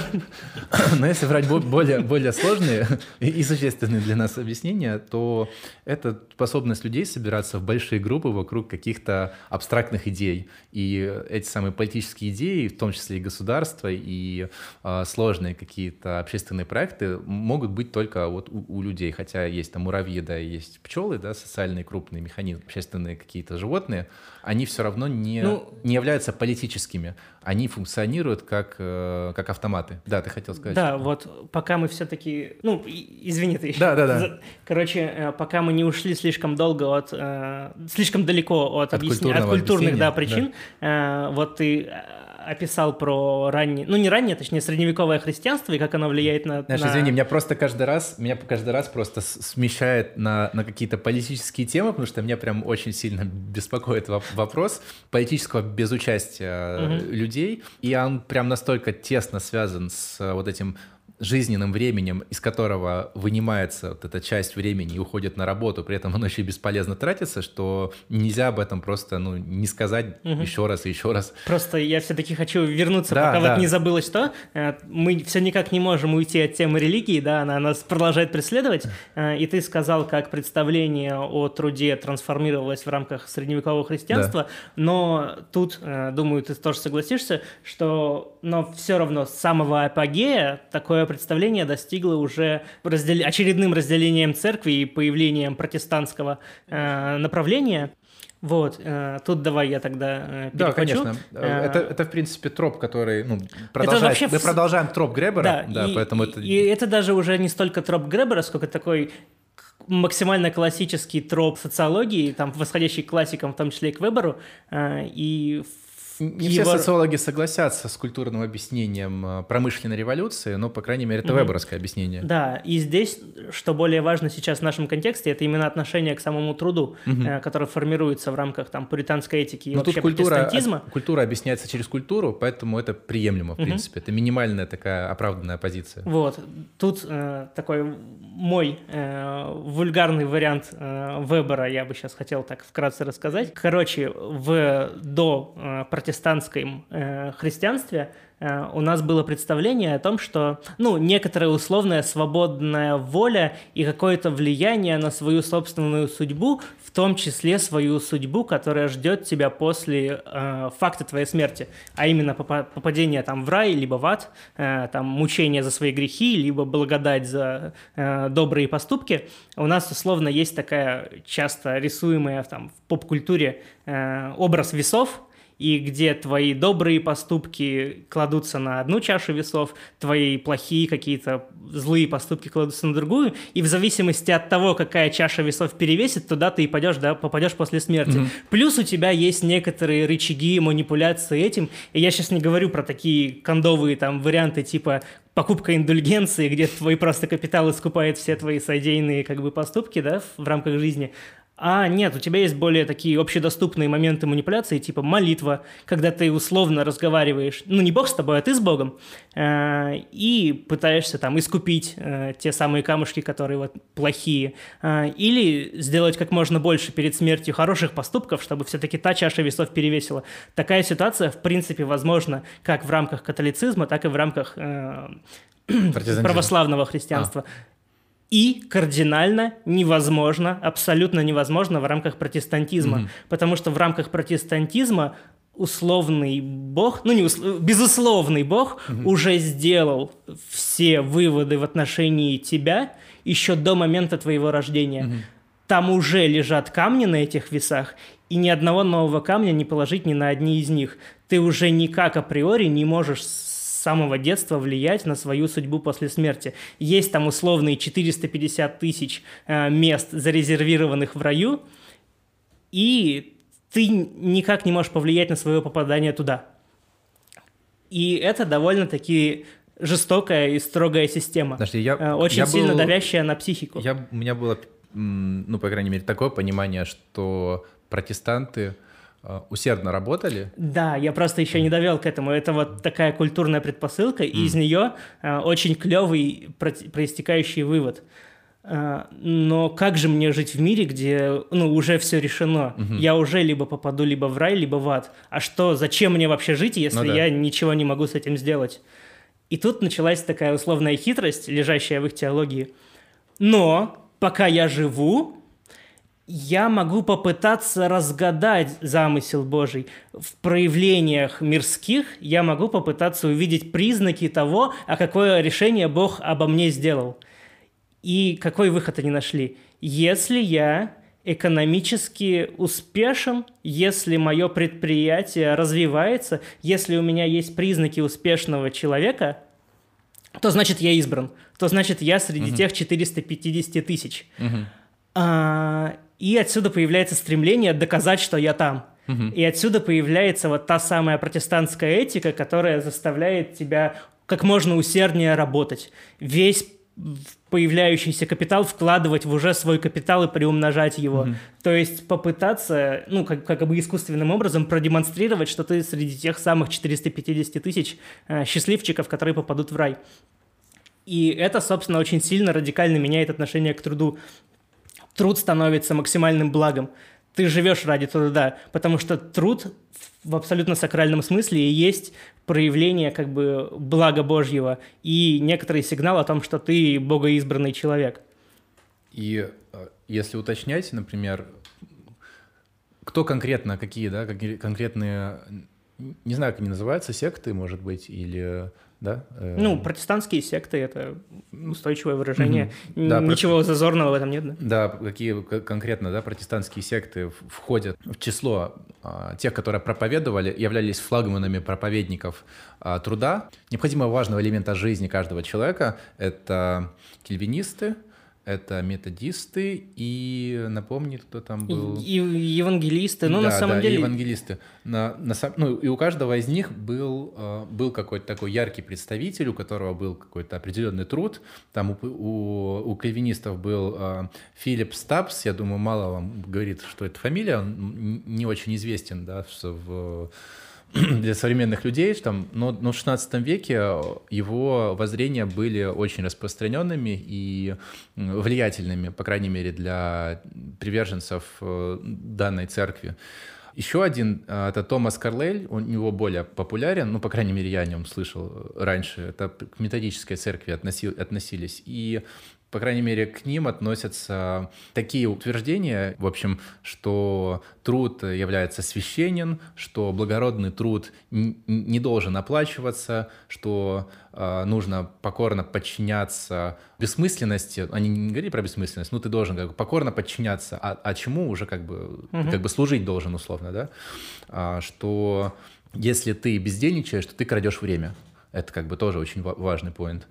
Но если брать более, более сложные и существенные для нас объяснения, то это способность людей собираться в большие группы вокруг каких-то абстрактных идей. И эти самые политические идеи, в том числе и государства, и э, сложные какие-то общественные проекты могут быть только вот у, у людей. Хотя есть там муравьи, да, и есть пчелы, да, социальные крупные механизмы, общественные какие-то животные, они все равно не, ну, не являются политическими. Они функционируют как, как автоматы. Да, ты хотел сказать. Да, вот пока мы все-таки... Ну, извини, ты еще. Да, да, да. Короче, пока мы не ушли слишком долго от... Э, слишком далеко от, от, объясни... от культурных да, причин, да. Э, вот ты описал про раннее... Ну, не раннее, точнее, средневековое христианство и как оно влияет на... Знаешь, на... извини, меня просто каждый раз... Меня каждый раз просто смещает на, на какие-то политические темы, потому что меня прям очень сильно беспокоит вопрос политического безучастия угу. людей, и он прям настолько тесно связан с вот этим жизненным временем, из которого вынимается вот эта часть времени и уходит на работу, при этом оно еще и бесполезно тратится, что нельзя об этом просто ну, не сказать угу. еще раз и еще раз. Просто я все-таки хочу вернуться, да, пока да. вот не забылось то. Мы все никак не можем уйти от темы религии, да, она нас продолжает преследовать. И ты сказал, как представление о труде трансформировалось в рамках средневекового христианства, да. но тут, думаю, ты тоже согласишься, что но все равно с самого апогея такое представление достигло уже раздел... очередным разделением церкви и появлением протестантского э, направления. Вот, э, тут давай я тогда э, перехвачу. Да, конечно. Э, это, это, в принципе, троп, который ну, продолжает... вообще... Мы продолжаем троп Гребера. Да, да и, поэтому и, это... и это даже уже не столько троп Гребера, сколько такой максимально классический троп социологии, там, восходящий к классикам, в том числе и к Веберу, э, и... Не его... все социологи согласятся с культурным объяснением промышленной революции, но, по крайней мере, это угу. веберовское объяснение. Да, и здесь, что более важно сейчас в нашем контексте, это именно отношение к самому труду, угу. э, которое формируется в рамках там, пуританской этики и но вообще тут культура, протестантизма. Культура объясняется через культуру, поэтому это приемлемо, в угу. принципе. Это минимальная такая оправданная позиция. Вот. Тут э, такой мой э, вульгарный вариант э, Вебера, я бы сейчас хотел так вкратце рассказать. Короче, в до э, протестантском э, христианстве э, у нас было представление о том, что ну, некоторая условная свободная воля и какое-то влияние на свою собственную судьбу, в том числе свою судьбу, которая ждет тебя после э, факта твоей смерти, а именно попадение там, в рай, либо в ад, э, там, мучение за свои грехи, либо благодать за э, добрые поступки. У нас условно есть такая часто рисуемая там, в поп-культуре э, образ весов, и где твои добрые поступки кладутся на одну чашу весов, твои плохие какие-то злые поступки кладутся на другую, и в зависимости от того, какая чаша весов перевесит, туда ты и пойдешь, да, попадешь после смерти. Mm-hmm. Плюс у тебя есть некоторые рычаги манипуляции этим, и я сейчас не говорю про такие кондовые там варианты типа покупка индульгенции, где твой просто капитал искупает все твои содеянные как бы поступки, да, в рамках жизни. А нет, у тебя есть более такие общедоступные моменты манипуляции, типа молитва, когда ты условно разговариваешь, ну не Бог с тобой, а ты с Богом, э, и пытаешься там искупить э, те самые камушки, которые вот плохие, э, или сделать как можно больше перед смертью хороших поступков, чтобы все-таки та чаша весов перевесила. Такая ситуация, в принципе, возможна как в рамках католицизма, так и в рамках э, православного христианства. А. И кардинально невозможно, абсолютно невозможно в рамках протестантизма. Mm-hmm. Потому что в рамках протестантизма условный Бог, ну не услов, безусловный Бог mm-hmm. уже сделал все выводы в отношении тебя еще до момента твоего рождения. Mm-hmm. Там уже лежат камни на этих весах, и ни одного нового камня не положить ни на одни из них. Ты уже никак априори не можешь с самого детства влиять на свою судьбу после смерти. Есть там условные четыреста пятьдесят тысяч э, мест, зарезервированных в раю, и ты никак не можешь повлиять на свое попадание туда. И это довольно-таки жестокая и строгая система, Подожди, я, э, очень я сильно был, давящая на психику. Я, у меня было, ну, по крайней мере, такое понимание, что протестанты усердно работали. Да, я просто еще не довел к этому. Это вот такая культурная предпосылка, и mm. из нее очень клевый проистекающий вывод. Но как же мне жить в мире, где ну, уже все решено? Uh-huh. Я уже либо попаду либо в рай, либо в ад. А что, зачем мне вообще жить, если ну, да. я ничего не могу с этим сделать? И тут началась такая условная хитрость, лежащая в их теологии. Но пока я живу, я могу попытаться разгадать замысел Божий. В проявлениях мирских я могу попытаться увидеть признаки того, а какое решение Бог обо мне сделал. И какой выход они нашли? Если я экономически успешен, если мое предприятие развивается, если у меня есть признаки успешного человека, то значит я избран, то значит я среди uh-huh. тех четырёхсот пятидесяти тысяч. Uh-huh. А, и отсюда появляется стремление доказать, что я там. Uh-huh. И отсюда появляется вот та самая протестантская этика, которая заставляет тебя как можно усерднее работать. Весь появляющийся капитал вкладывать в уже свой капитал и приумножать его. Mm-hmm. То есть попытаться, ну, как, как бы искусственным образом продемонстрировать, что ты среди тех самых четырёхсот пятидесяти тысяч э, счастливчиков, которые попадут в рай. И это, собственно, очень сильно радикально меняет отношение к труду. Труд становится максимальным благом. Ты живешь ради труда, потому что труд в абсолютно сакральном смысле и есть проявление как бы блага Божьего и некоторый сигнал о том, что ты богоизбранный человек. И если уточнять, например, кто конкретно, какие, да, какие конкретные, не знаю, как они называются, секты, может быть, или... Да? Ну, протестантские секты – это устойчивое выражение. Mm-hmm. Да, ничего про... зазорного в этом нет, да? Да, какие конкретно да, протестантские секты входят в число а, тех, которые проповедовали, являлись флагманами проповедников а, труда. Необходимого важного элемента жизни каждого человека – это кальвинисты, это методисты и, напомни, кто там был? И, и евангелисты, ну, да, на самом да, деле... евангелисты. На, на, ну, и у каждого из них был, был какой-то такой яркий представитель, у которого был какой-то определенный труд. Там у, у, у кальвинистов был Филипп Стапс, я думаю, мало вам говорит, что это фамилия, он не очень известен, да, в... для современных людей, там, но, но в шестнадцатом веке его воззрения были очень распространенными и влиятельными, по крайней мере, для приверженцев данной церкви. Еще один, это Томас Карлейль, у него более популярен, ну, по крайней мере, я о нем слышал раньше, это к методической церкви относи, относились, и по крайней мере, к ним относятся такие утверждения, в общем, что труд является священен, что благородный труд не должен оплачиваться, что э, нужно покорно подчиняться бессмысленности. Они не говорили про бессмысленность, но ты должен как бы покорно подчиняться, а, а чему уже как бы, угу. как бы служить должен условно, да? А, что если ты бездельничаешь, то ты крадешь время. Это как бы тоже очень важный поинт.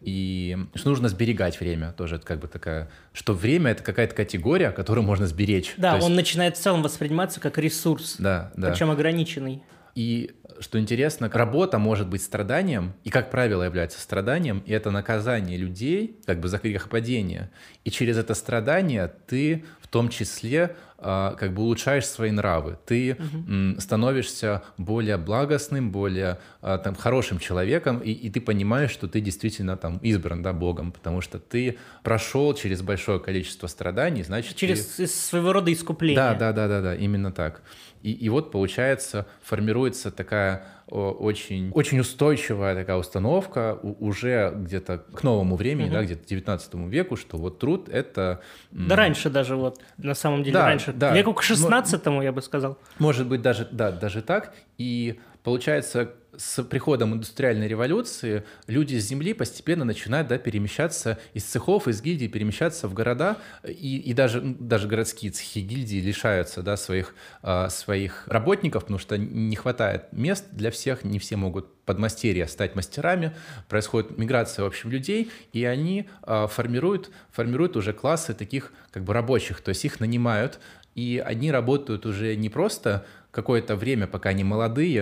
И что нужно сберегать время, тоже это как бы такая, что время — это какая-то категория, которую можно сберечь. Да, То есть... он начинает в целом восприниматься как ресурс, да, да. причем ограниченный. И что интересно, работа может быть страданием, и, как правило, является страданием, и это наказание людей, как бы за грехопадение. И через это страдание ты в том числе а, как бы улучшаешь свои нравы. Ты угу. м, становишься более благостным, более а, там, хорошим человеком, и, и ты понимаешь, что ты действительно там избран, да, Богом, потому что ты прошел через большое количество страданий, значит... Через ты... своего рода искупление. Да, да, да, да, да, именно так. И, и вот, получается, формируется такая о, очень, очень устойчивая такая установка у, уже где-то к новому времени, угу. да, где-то к девятнадцатому веку, что вот труд — это... Да м- раньше даже, вот, на самом деле, да, раньше. Да. Веку к шестнадцатому, я бы сказал. Может быть, даже, да, даже так. И получается... С приходом индустриальной революции люди с земли постепенно начинают да, перемещаться из цехов, из гильдий, перемещаться в города, и, и даже, даже городские цехи гильдии лишаются да, своих, э, своих работников, потому что не хватает мест для всех, не все могут подмастерья стать мастерами, происходит миграция, в общем, людей, и они э, формируют, формируют уже классы таких как бы рабочих, то есть их нанимают, и они работают уже не просто какое-то время, пока они молодые,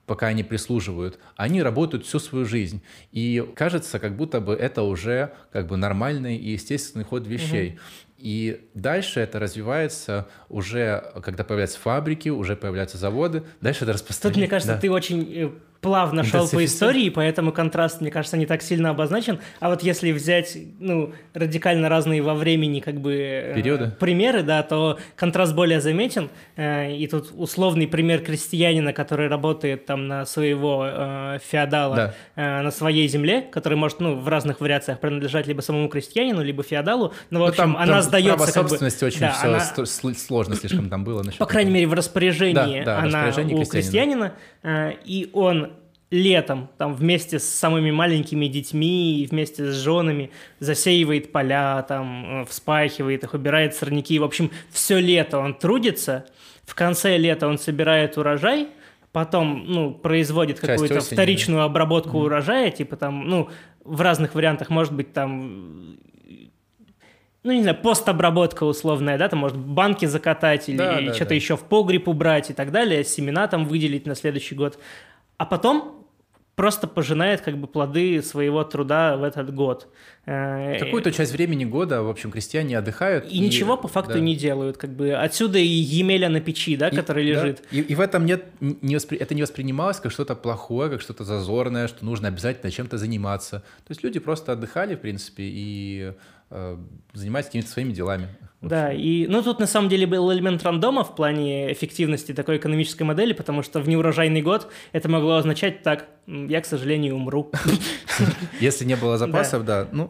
пока они прислуживают, они работают всю свою жизнь. И кажется, как будто бы это уже как бы нормальный и естественный ход вещей. Угу. И дальше это развивается уже, когда появляются фабрики, уже появляются заводы, дальше это распространяется. Тут, мне кажется, да. ты очень плавно шел по истории, поэтому контраст, мне кажется, не так сильно обозначен. А вот если взять, ну, радикально разные во времени, как бы, периоды, примеры, да, то контраст более заметен. И тут условный пример крестьянина, который работает там на своего э, феодала, да. э, на своей земле, который может, ну, в разных вариациях принадлежать либо самому крестьянину, либо феодалу. Но, в общем, там, она там сдается... Право собственности как бы, очень да, все она, сложно слишком там было. По крайней мере, в распоряжении да, да, она распоряжение у крестьянина, э, и он летом там вместе с самыми маленькими детьми и вместе с женами засеивает поля, там, вспахивает их, убирает сорняки. В общем, все лето он трудится, в конце лета он собирает урожай, потом, ну, производит какую-то осени, вторичную да. обработку mm-hmm. урожая, типа там, ну, в разных вариантах, может быть, там... ну, не знаю, постобработка условная, да, там, может, банки закатать или, да, или да, что-то да. еще в погреб убрать и так далее, семена там выделить на следующий год. А потом просто пожинает как бы плоды своего труда в этот год. Какую-то часть времени года, в общем, крестьяне отдыхают. И, и ничего по факту да. не делают. Как бы. Отсюда и емеля на печи, да, и, который лежит. Да. И, и в этом нет, не воспри... это не воспринималось как что-то плохое, как что-то зазорное, что нужно обязательно чем-то заниматься. То есть люди просто отдыхали, в принципе, и э, занимались какими-то своими делами. Да, и, ну, тут на самом деле был элемент рандома в плане эффективности такой экономической модели, потому что в неурожайный год это могло означать так: я, к сожалению, умру. Если не было запасов, да, ну...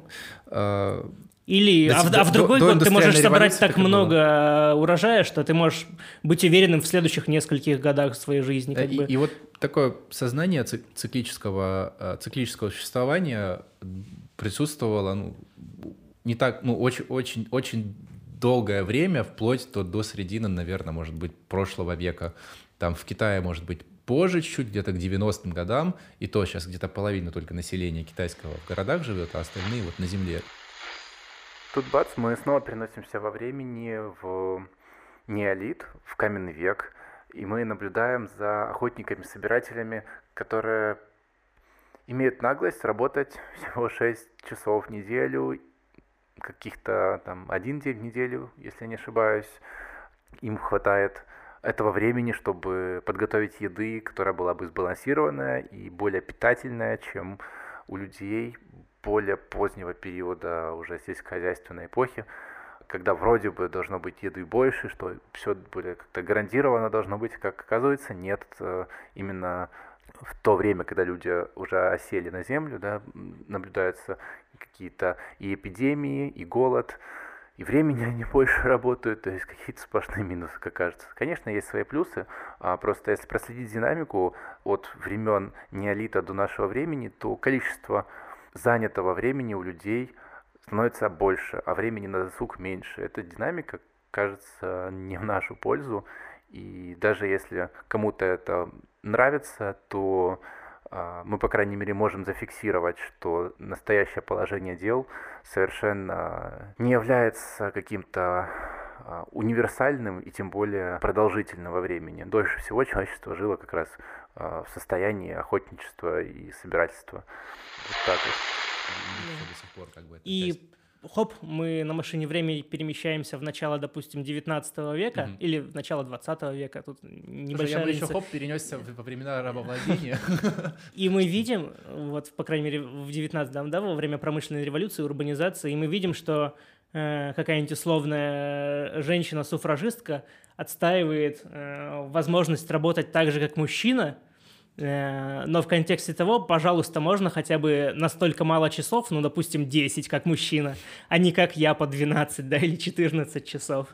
Или, а, в, а в другой год ты можешь собрать так много урожая, что ты можешь быть уверенным в следующих нескольких годах своей жизни. Как и, бы. и вот такое сознание циклического, циклического существования присутствовало, ну, не так, ну, очень, очень, очень долгое время, вплоть до, до середины, наверное, может быть, прошлого века. Там в Китае, может быть, позже чуть-чуть, где-то к девяностым годам, и то сейчас где-то половина только населения китайского в городах живет, а остальные вот на земле. Тут бац, мы снова переносимся во времени в неолит, в каменный век, и мы наблюдаем за охотниками-собирателями, которые имеют наглость работать всего шесть часов в неделю, каких-то там один день в неделю, если я не ошибаюсь. Им хватает этого времени, чтобы подготовить еды, которая была бы сбалансированная и более питательная, чем у людей более позднего периода уже сельскохозяйственной эпохи, когда вроде бы должно быть еды больше, что все более как-то гарантированно должно быть, как оказывается, нет. Именно в то время, когда люди уже осели на землю, да, наблюдаются какие-то и эпидемии, и голод, и времени они больше работают, то есть какие-то сплошные минусы, как кажется. Конечно, есть свои плюсы, а просто если проследить динамику от времен неолита до нашего времени, то количество занятого времени у людей становится больше, а времени на досуг меньше. Эта динамика, кажется, не в нашу пользу, и даже если кому-то это нравится, то э, мы, по крайней мере, можем зафиксировать, что настоящее положение дел совершенно не является каким-то э, универсальным и тем более продолжительным во времени. Дольше всего человечество жило как раз э, в состоянии охотничества и собирательства. Вот так вот. До сих пор, как бы, и часть... хоп, мы на машине времени перемещаемся в начало, допустим, девятнадцатого века mm-hmm. или в начало двадцатого века. Тут небольшая Слушай, я бы еще хоп перенесся во времена рабовладения. И мы видим, вот, по крайней мере, в девятнадцатом, да, во время промышленной революции, урбанизации, и мы видим, что э, какая-нибудь условная женщина-суфражистка отстаивает э, возможность работать так же, как мужчина, но в контексте того, пожалуйста, можно хотя бы настолько мало часов, ну, допустим, десять, как мужчина, а не как я по двенадцать, да, или четырнадцать часов.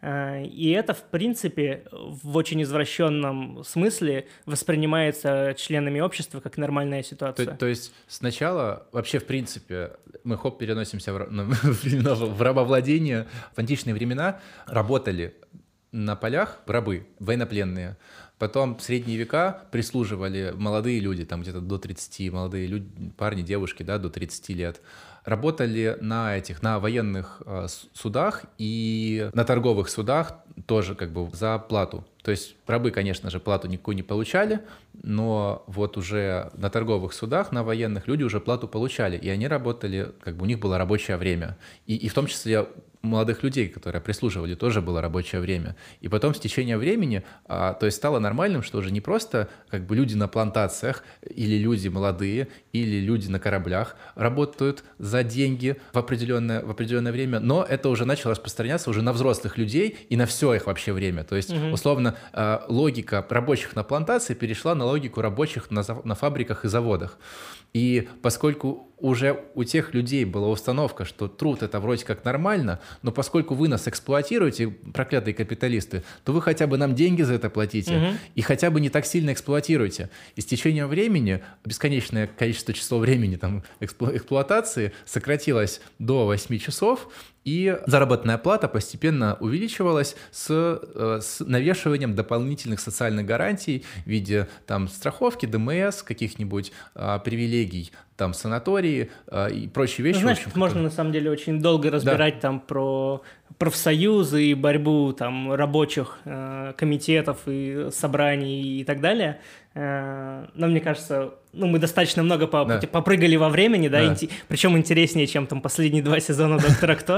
И это, в принципе, в очень извращенном смысле воспринимается членами общества как нормальная ситуация. То, то есть сначала, вообще, в принципе, мы хоп, переносимся в, в, в рабовладение. В античные времена работали на полях рабы, военнопленные. Потом в средние века прислуживали молодые люди, там где-то до тридцати, молодые люди, парни, девушки, да, до тридцати лет. Работали на этих, на военных э, судах и на торговых судах тоже как бы за плату. То есть рабы, конечно же, плату никакую не получали, но вот уже на торговых судах, на военных люди уже плату получали, и они работали, как бы у них было рабочее время. И, и в том числе молодых людей, которые прислуживали, тоже было рабочее время. И потом с течением времени, а, то есть стало нормальным, что уже не просто как бы люди на плантациях или люди молодые, или люди на кораблях работают за деньги в определенное, в определенное время, но это уже начало распространяться уже на взрослых людей и на все их вообще время. То есть, угу. условно, а, логика рабочих на плантации перешла на логику рабочих на, на фабриках и заводах. И поскольку уже у тех людей была установка, что труд — это вроде как нормально, но поскольку вы нас эксплуатируете, проклятые капиталисты, то вы хотя бы нам деньги за это платите угу. и хотя бы не так сильно эксплуатируете. И с течением времени, бесконечное количество часов времени там, эксплу- эксплуатации сократилось до восьми часов, и заработная плата постепенно увеличивалась с, с навешиванием дополнительных социальных гарантий в виде там, страховки, ДМС, каких-нибудь а, привилегий, там, санатории а, и прочие вещи. Ну, знаешь, в общем, можно которые... на самом деле очень долго разбирать да. там про профсоюзы и борьбу там, рабочих э, комитетов и собраний и так далее. Э, но мне кажется, ну, мы достаточно много по, да. попрыгали во времени, да, да. Инти- причем интереснее, чем там последние два сезона «Доктора Кто».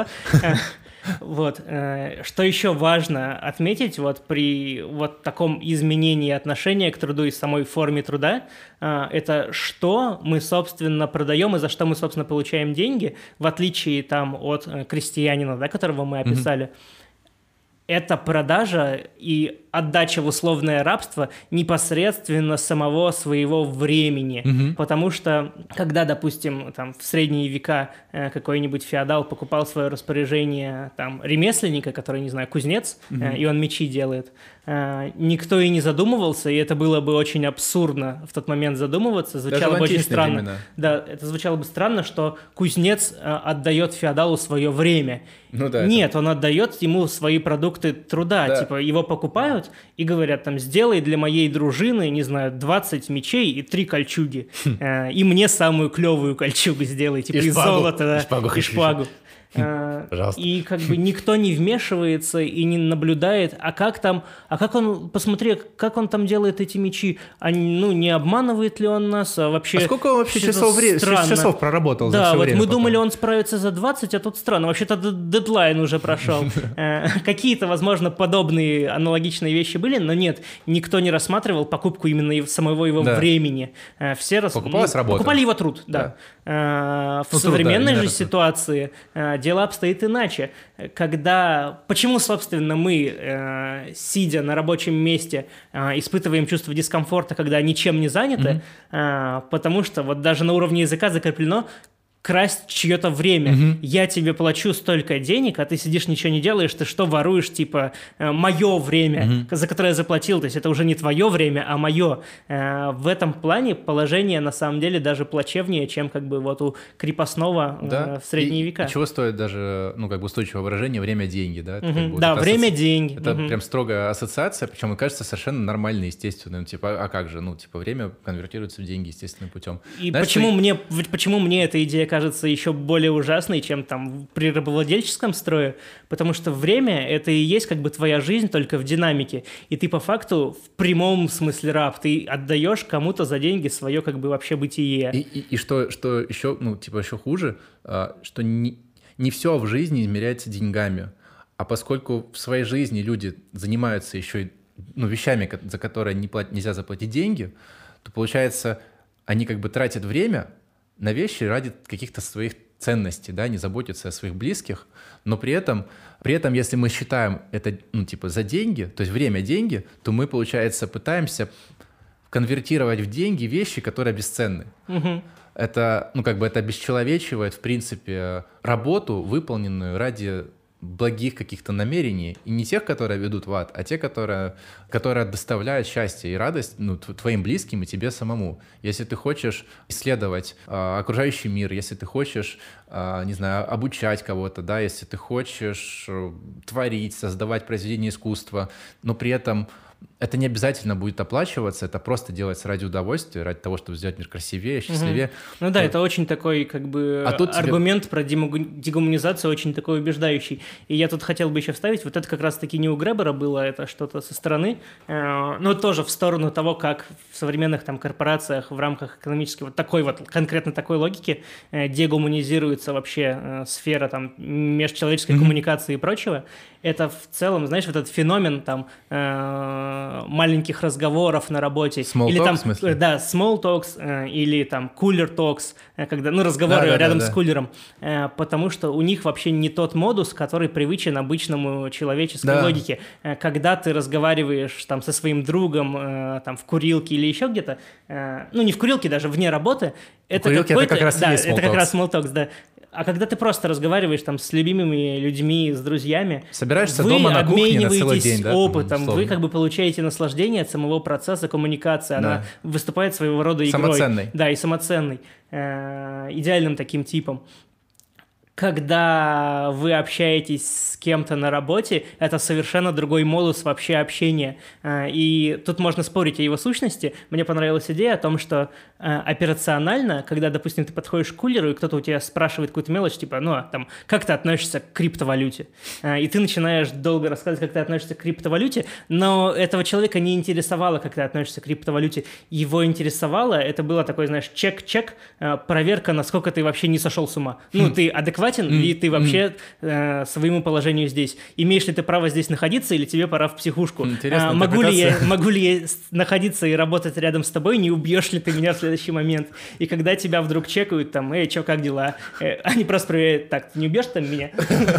Вот. Что еще важно отметить вот при вот таком изменении отношения к труду и самой форме труда, это что мы, собственно, продаем и за что мы, собственно, получаем деньги, в отличие там от крестьянина, да, которого мы описали. Mm-hmm. Это продажа и отдача в условное рабство непосредственно самого своего времени. Mm-hmm. Потому что, когда, допустим, там, в средние века какой-нибудь феодал покупал в свое распоряжение там, ремесленника, который, не знаю, кузнец, mm-hmm. и он мечи делает, никто и не задумывался, и это было бы очень абсурдно в тот момент задумываться. Звучало бы очень странно. Времена. Да, это звучало бы странно, что кузнец отдает феодалу свое время. Ну, да, Нет, это... он отдает ему свои продукты труда. Да. Типа его покупают и говорят, там, сделай для моей дружины, не знаю, двадцать мечей и три кольчуги. И мне самую клевую кольчугу сделай, типа из золота. И шпагу. И шпагу. Пожалуйста. И как бы никто не вмешивается и не наблюдает, а как там, а как он, посмотри, как он там делает эти мечи, а, ну, не обманывает ли он нас, а вообще... А сколько он вообще часов, вре... часов проработал да, за все вот время? Мы потом? думали, он справится за двадцать, а тут странно, вообще-то дедлайн уже прошел. Какие-то, возможно, подобные аналогичные вещи были, но нет, никто не рассматривал покупку именно самого его времени. Все Покупалась работа. Покупали его труд, да. В современной же ситуации дело обстоит иначе. Когда... Почему, собственно, мы, э, сидя на рабочем месте, э, испытываем чувство дискомфорта, когда ничем не заняты? Mm-hmm. Э, потому что вот даже на уровне языка закреплено красть чье-то время. Mm-hmm. Я тебе плачу столько денег, а ты сидишь, ничего не делаешь, ты что, воруешь, типа, э, мое время, mm-hmm. за которое я заплатил, то есть это уже не твое время, а мое. Э, в этом плане положение, на самом деле, даже плачевнее, чем, как бы, вот у крепостного э, да. в средние и, века. И чего стоит даже, ну, как бы, устойчивое выражение «время – деньги», да? Это, mm-hmm. как бы, да, вот время – асоци... деньги. Это mm-hmm. прям строгая ассоциация, причем, мне кажется, совершенно нормальной, естественным, типа, а как же, ну, типа, время конвертируется в деньги естественным путем. И Знаешь, почему, ты... мне, почему мне эта идея кажется еще более ужасной, чем там при рабовладельческом строе, потому что время — это и есть как бы твоя жизнь, только в динамике, и ты по факту в прямом смысле раб, ты отдаешь кому-то за деньги свое как бы вообще бытие. И, и, и что, что еще, ну, типа, еще хуже, что не, не все в жизни измеряется деньгами, а поскольку в своей жизни люди занимаются еще и, ну, вещами, за которые не плат, нельзя заплатить деньги, то, получается, они как бы тратят время на вещи ради каких-то своих ценностей, да, не заботятся о своих близких, но при этом, при этом, если мы считаем это, ну, типа, за деньги, то есть время – деньги, то мы, получается, пытаемся конвертировать в деньги вещи, которые бесценны. Угу. Это, ну, как бы это обесчеловечивает, в принципе, работу, выполненную ради благих каких-то намерений, и не тех, которые ведут в ад, а те, которые, которые доставляют счастье и радость, ну, твоим близким и тебе самому. Если ты хочешь исследовать э, окружающий мир, если ты хочешь, э, не знаю, обучать кого-то, да, если ты хочешь э, творить, создавать произведения искусства, но при этом это не обязательно будет оплачиваться, это просто делается ради удовольствия, ради того, чтобы сделать мир красивее, счастливее. Угу. Ну да, это очень такой, как бы, а аргумент тебе... про дегуманизацию, очень такой убеждающий. И я тут хотел бы еще вставить, вот это как раз-таки не у Гребера было, это что-то со стороны, но тоже в сторону того, как в современных там корпорациях в рамках экономической вот такой вот, конкретно такой логики дегуманизируется вообще сфера там межчеловеческой mm-hmm. коммуникации и прочего. Это в целом, знаешь, вот этот феномен там маленьких разговоров на работе. Small или talk, там, в смысле? Да, small talks, э, или там cooler talks, э, когда, ну, разговоры да, рядом да, да, с кулером, э, потому что у них вообще не тот модус, который привычен обычному человеческой да. логике. Э, когда ты разговариваешь там со своим другом э, там в курилке или еще где-то, э, ну, не в курилке, даже вне работы, это это как раз да, есть small это talks. как раз small talks, да. А когда ты просто разговариваешь там с любимыми людьми, с друзьями, собираешься дома на кухне на целый день, да? Опытом, там, вы как бы получаете наслаждение от самого процесса коммуникации, да. Она выступает своего рода игрой. Самоценной. Да, и самоценной, э, идеальным таким типом. Когда вы общаетесь с кем-то на работе, это совершенно другой модус вообще общения. И тут можно спорить о его сущности. Мне понравилась идея о том, что операционально, когда, допустим, ты подходишь к кулеру, и кто-то у тебя спрашивает какую-то мелочь, типа, ну, там, как ты относишься к криптовалюте? И ты начинаешь долго рассказывать, как ты относишься к криптовалюте, но этого человека не интересовало, как ты относишься к криптовалюте. Его интересовало, это было такой, знаешь, чек-чек, проверка, насколько ты вообще не сошел с ума. Ну, ты адекватен, Mm. ли ты вообще mm. э, своему положению здесь? Имеешь ли ты право здесь находиться, или тебе пора в психушку? Интересная а, могу, ли я, могу ли я находиться и работать рядом с тобой, не убьешь ли ты меня в следующий момент? И когда тебя вдруг чекают, там, эй, чё, как дела? Э, они просто проверяют, так, ты не убьешь там меня?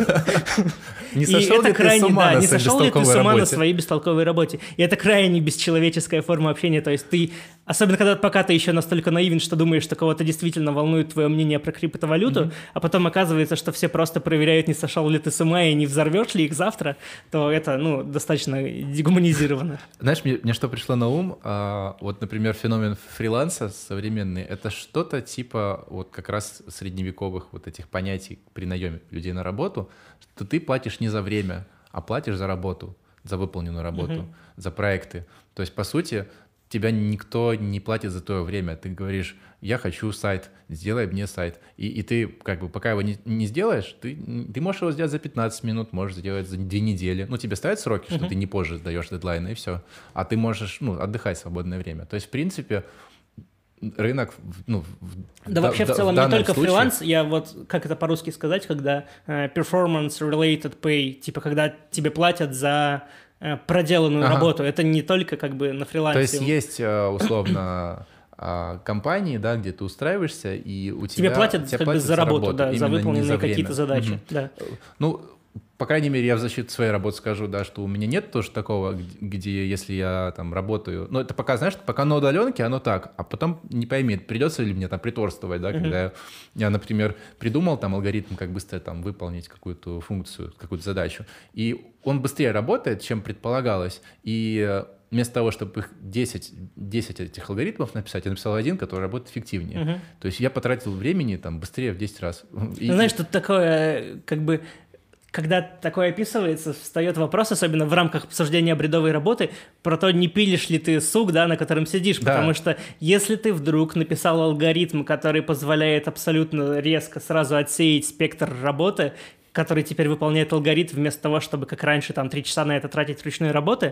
Не сошел ли ты с ума на своей бестолковой работе? на своей бестолковой работе? И это крайне бесчеловеческая форма общения, то есть ты, особенно когда пока ты еще настолько наивен, что думаешь, что кого-то действительно волнует твое мнение про криптовалюту, а потом оказывается, что все просто проверяют, не сошел ли ты с ума и не взорвешь ли их завтра, то это, ну, достаточно дегуманизировано. Знаешь, мне, мне что пришло на ум, а, вот, например, феномен фриланса современный, это что-то типа вот как раз средневековых вот этих понятий при наеме людей на работу, что ты платишь не за время, а платишь за работу, за выполненную работу, uh-huh. за проекты. То есть, по сути, тебя никто не платит за твое время. Ты говоришь, я хочу сайт, сделай мне сайт. И, и ты, как бы, пока его не, не сделаешь, ты, ты можешь его сделать за пятнадцать минут, можешь сделать за две недели. Ну, тебе ставят сроки, что uh-huh. ты не позже сдаешь дедлайны, и все. А ты можешь, ну, отдыхать в свободное время. То есть, в принципе, рынок, ну, да, в, вообще в, в целом не только случае... фриланс, я вот, как это по-русски сказать, когда uh, performance-related pay, типа, когда тебе платят за проделанную ага. работу. Это не только как бы на фрилансе. То есть есть условно компании, да, где ты устраиваешься, и у тебя... Тебе платят тебя как платят бы за работу, работу, да, за выполненные какие-то задачи. Угу. Да. Ну, по крайней мере, я в защиту своей работы скажу, да, что у меня нет тоже такого, где, если я там работаю... Ну, это пока, знаешь, пока на удаленке, оно так, а потом не пойми, придется ли мне там приторствовать, да, uh-huh. когда я, я, например, придумал там алгоритм, как быстро там выполнить какую-то функцию, какую-то задачу, и он быстрее работает, чем предполагалось, и вместо того, чтобы их десять, десять этих алгоритмов написать, я написал один, который работает эффективнее. Uh-huh. То есть я потратил времени там быстрее в десять раз. И... Знаешь, тут такое, как бы... Когда такое описывается, встает вопрос, особенно в рамках обсуждения бредовой работы, про то, не пилишь ли ты сук, да, на котором сидишь. Да. Потому что если ты вдруг написал алгоритм, который позволяет абсолютно резко сразу отсеять спектр работы, который теперь выполняет алгоритм, вместо того, чтобы, как раньше, там, три часа на это тратить ручной работы,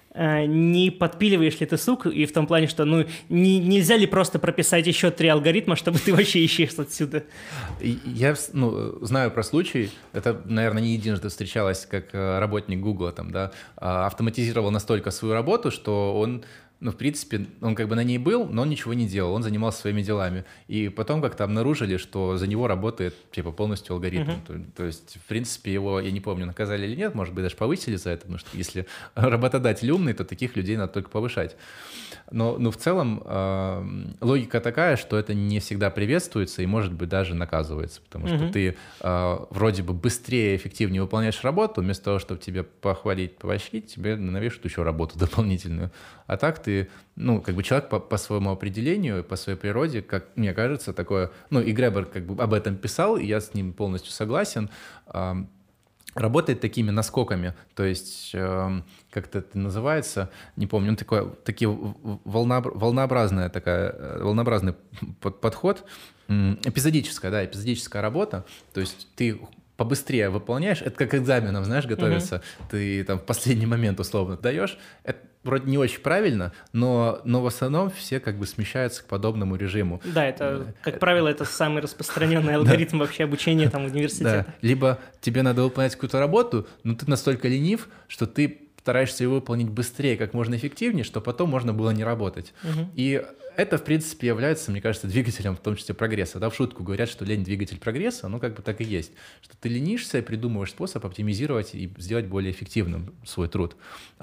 не подпиливаешь ли ты сук, и в том плане, что, ну, не, нельзя ли просто прописать еще три алгоритма, чтобы ты вообще исчез отсюда? Я, ну, знаю про случай, это, наверное, не единожды встречалось, как работник Гугла там, да, автоматизировал настолько свою работу, что он ну, в принципе, он как бы на ней был, но он ничего не делал, он занимался своими делами. И потом как-то обнаружили, что за него работает, типа, полностью алгоритм. Uh-huh. То, то есть, в принципе, его, я не помню, наказали или нет, может быть, даже повысили за это, потому что если работодатель умный, то таких людей надо только повышать. Но, но в целом э, логика такая, что это не всегда приветствуется и, может быть, даже наказывается, потому что uh-huh. ты э, вроде бы быстрее, эффективнее выполняешь работу, вместо того, чтобы тебе похвалить, поощрить, тебе навешивают еще работу дополнительную. А так ты, ну, как бы человек по, по своему определению, по своей природе, как мне кажется, такое, ну, и Гребер как бы об этом писал, и я с ним полностью согласен, э, работает такими наскоками, то есть, э, как это называется, не помню, он такой, такие волнообра- волнообразная такая, волнообразный под- подход, эпизодическая, да, эпизодическая работа, то есть ты побыстрее выполняешь, это как экзаменом, знаешь, готовиться, uh-huh. ты там в последний момент условно даешь, это вроде не очень правильно, но, но в основном все как бы смещаются к подобному режиму. Да, это, как правило, это самый распространенный алгоритм вообще обучения там в университете. Да. Либо тебе надо выполнять какую-то работу, но ты настолько ленив, что ты стараешься ее выполнить быстрее, как можно эффективнее, чтобы потом можно было не работать. Угу. И это, в принципе, является, мне кажется, двигателем, в том числе, прогресса. Да, в шутку говорят, что лень — двигатель прогресса, ну, как бы так и есть. Что ты ленишься и придумываешь способ оптимизировать и сделать более эффективным свой труд.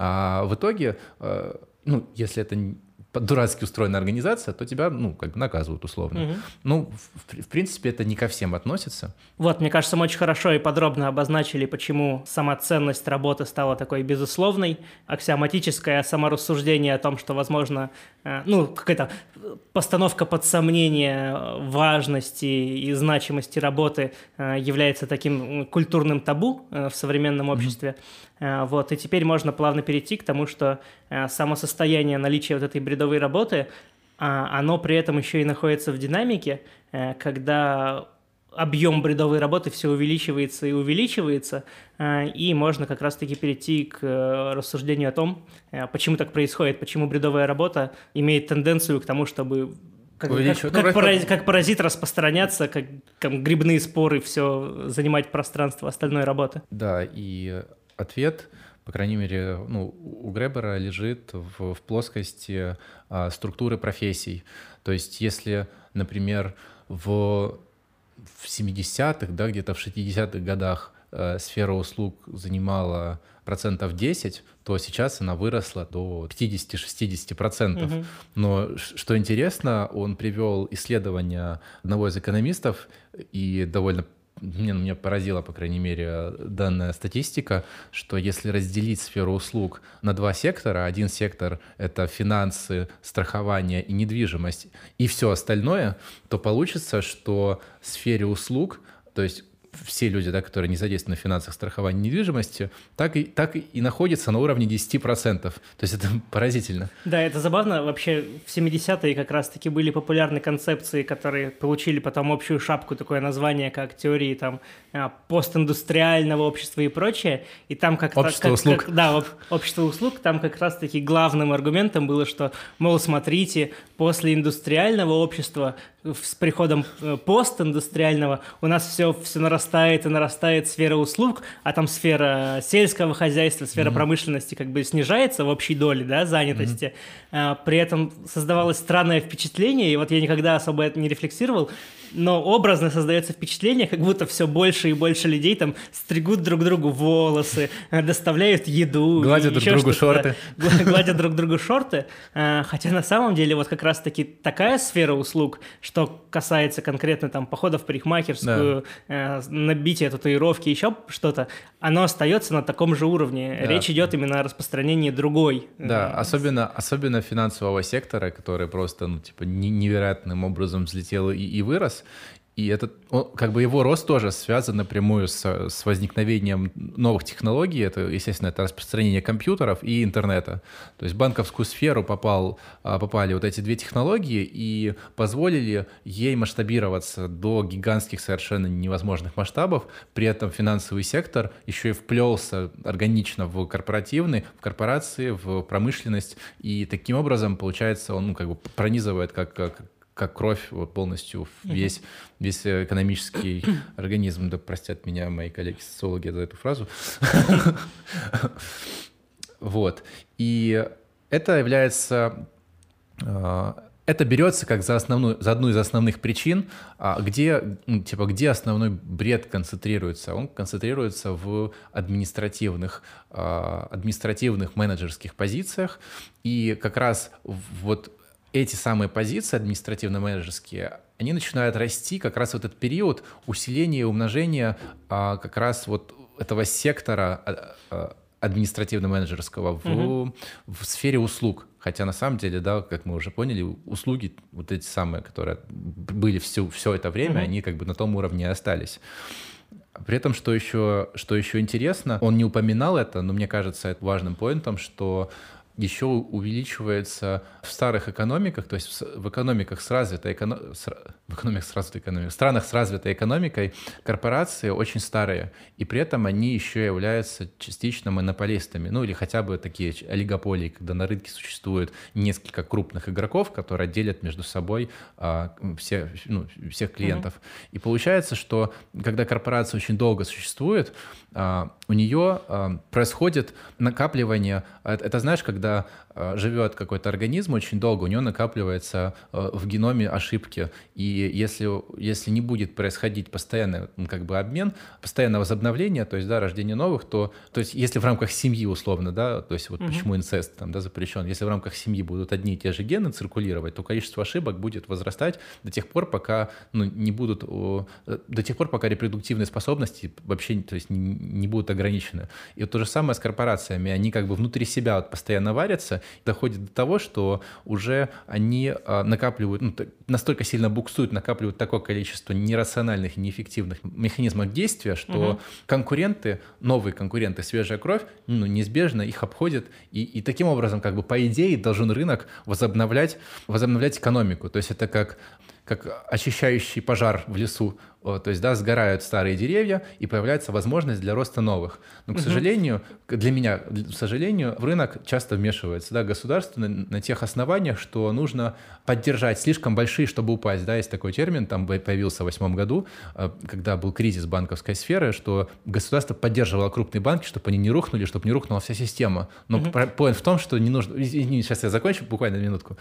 А в итоге, ну, если это дурацки устроенная организация, то тебя, ну, как бы наказывают условно. Угу. Ну, в, в принципе, это не ко всем относится. Вот, мне кажется, мы очень хорошо и подробно обозначили, почему сама ценность работы стала такой безусловной, аксиоматическое саморассуждение о том, что, возможно, э, ну, какая-то постановка под сомнение важности и значимости работы э, является таким культурным табу э, в современном обществе. Mm-hmm. Э, вот, и теперь можно плавно перейти к тому, что э, само состояние наличия вот этой бредовой работы, а, оно при этом еще и находится в динамике, э, когда объем бредовой работы все увеличивается и увеличивается, э, и можно как раз-таки перейти к э, рассуждению о том, э, почему так происходит, почему бредовая работа имеет тенденцию к тому, чтобы как, как, как, паразит, как паразит распространяться, как, как грибные споры, все занимать пространство остальной работы. Да, и ответ, по крайней мере, ну, у Гребера лежит в, в плоскости а, структуры профессий. То есть если, например, в, в семидесятых, да, где-то в шестидесятых годах э, сфера услуг занимала процентов десять, то сейчас она выросла до пятьдесят-шестьдесят процентов. Угу. Но что интересно, он привел исследование одного из экономистов, и довольно Меня, меня поразила, по крайней мере, данная статистика, что если разделить сферу услуг на два сектора, один сектор — это финансы, страхование и недвижимость, и все остальное, то получится, что в сфере услуг, то есть все люди, да, которые не задействованы в финансах, страховании, недвижимости, так и, так и находятся на уровне десять процентов. То есть это поразительно. Да, это забавно. Вообще в семидесятые как раз-таки были популярны концепции, которые получили потом общую шапку, такое название, как теории там постиндустриального общества и прочее. И там как общество как, услуг. Как, да, общество услуг. Там как раз-таки главным аргументом было, что, мол, смотрите, после индустриального общества с приходом постиндустриального у нас все, все нарастает и нарастает сфера услуг, а там сфера сельского хозяйства, сфера mm-hmm. промышленности как бы снижается в общей доле, да, занятости. Mm-hmm. При этом создавалось странное впечатление, и вот я никогда особо это не рефлексировал, но образно создается впечатление, как будто все больше и больше людей там стригут друг другу волосы, доставляют еду. Гладят друг другу шорты. Да, гладят друг другу шорты. Хотя на самом деле вот как раз-таки такая сфера услуг, что касается конкретно там похода в парикмахерскую, да. набития татуировки, еще что-то, оно остается на таком же уровне. Да. Речь идет именно о распространении другой. Да, особенно, особенно финансового сектора, который просто ну, типа, невероятным образом взлетел и, и вырос. И этот, он, как бы его рост тоже связан напрямую с, с возникновением новых технологий. Это, естественно, это распространение компьютеров и интернета. То есть в банковскую сферу попал, попали вот эти две технологии и позволили ей масштабироваться до гигантских совершенно невозможных масштабов. При этом финансовый сектор еще и вплелся органично в корпоративный, в корпорации, в промышленность. И таким образом, получается, он ну, как бы пронизывает как, как как кровь вот, полностью весь, uh-huh. весь экономический организм. Да простят меня мои коллеги-социологи за эту фразу. Вот. И Это является... Это берется как за, основную, за одну из основных причин, где, ну, типа, где основной бред концентрируется. Он концентрируется в административных, административных менеджерских позициях. И как раз вот эти самые позиции административно-менеджерские, они начинают расти как раз в этот период усиления и умножения как раз вот этого сектора административно-менеджерского в, uh-huh. в сфере услуг. Хотя на самом деле, да, как мы уже поняли, услуги, вот эти самые, которые были все, все это время, uh-huh. они как бы на том уровне и остались. При этом, что еще, что еще интересно, он не упоминал это, но мне кажется, это важным поинтом, что еще увеличивается в старых экономиках, то есть в экономиках с развитой эконом... в экономиках с развитой экономикой, в странах с развитой экономикой корпорации очень старые, и при этом они еще являются частично монополистами, ну или хотя бы такие олигополии, когда на рынке существует несколько крупных игроков, которые делят между собой а, все, ну, всех клиентов. Mm-hmm. И получается, что когда корпорация очень долго существует, а, у нее а, происходит накапливание, это знаешь, когда живет какой-то организм очень долго, у него накапливается в геноме ошибки. И если, если не будет происходить постоянный как бы обмен, постоянное возобновление, то есть да, рождение новых, то, то есть если в рамках семьи условно, да, то есть вот mm-hmm. почему инцест там, да, запрещен, если в рамках семьи будут одни и те же гены циркулировать, то количество ошибок будет возрастать до тех пор, пока ну, не будут, до тех пор, пока репродуктивные способности вообще то есть, не, не будут ограничены. И вот то же самое с корпорациями, они как бы внутри себя вот постоянно варятся, доходит до того, что уже они накапливают, ну, настолько сильно буксуют, накапливают такое количество нерациональных и неэффективных механизмов действия, что угу. конкуренты, новые конкуренты, свежая кровь, ну, неизбежно их обходят, и, и таким образом, как бы по идее, должен рынок возобновлять, возобновлять экономику. То есть это как, как очищающий пожар в лесу. То есть, да, сгорают старые деревья, и появляется возможность для роста новых. Но, к угу. сожалению, для меня, к сожалению, в рынок часто вмешивается, да, государство на, на тех основаниях, что нужно поддержать слишком большие, чтобы упасть. Да, есть такой термин, там появился в восьмом году, когда был кризис банковской сферы, что государство поддерживало крупные банки, чтобы они не рухнули, чтобы не рухнула вся система. Но угу. поинт в том, что не нужно... Извини, сейчас я закончу, буквально минутку.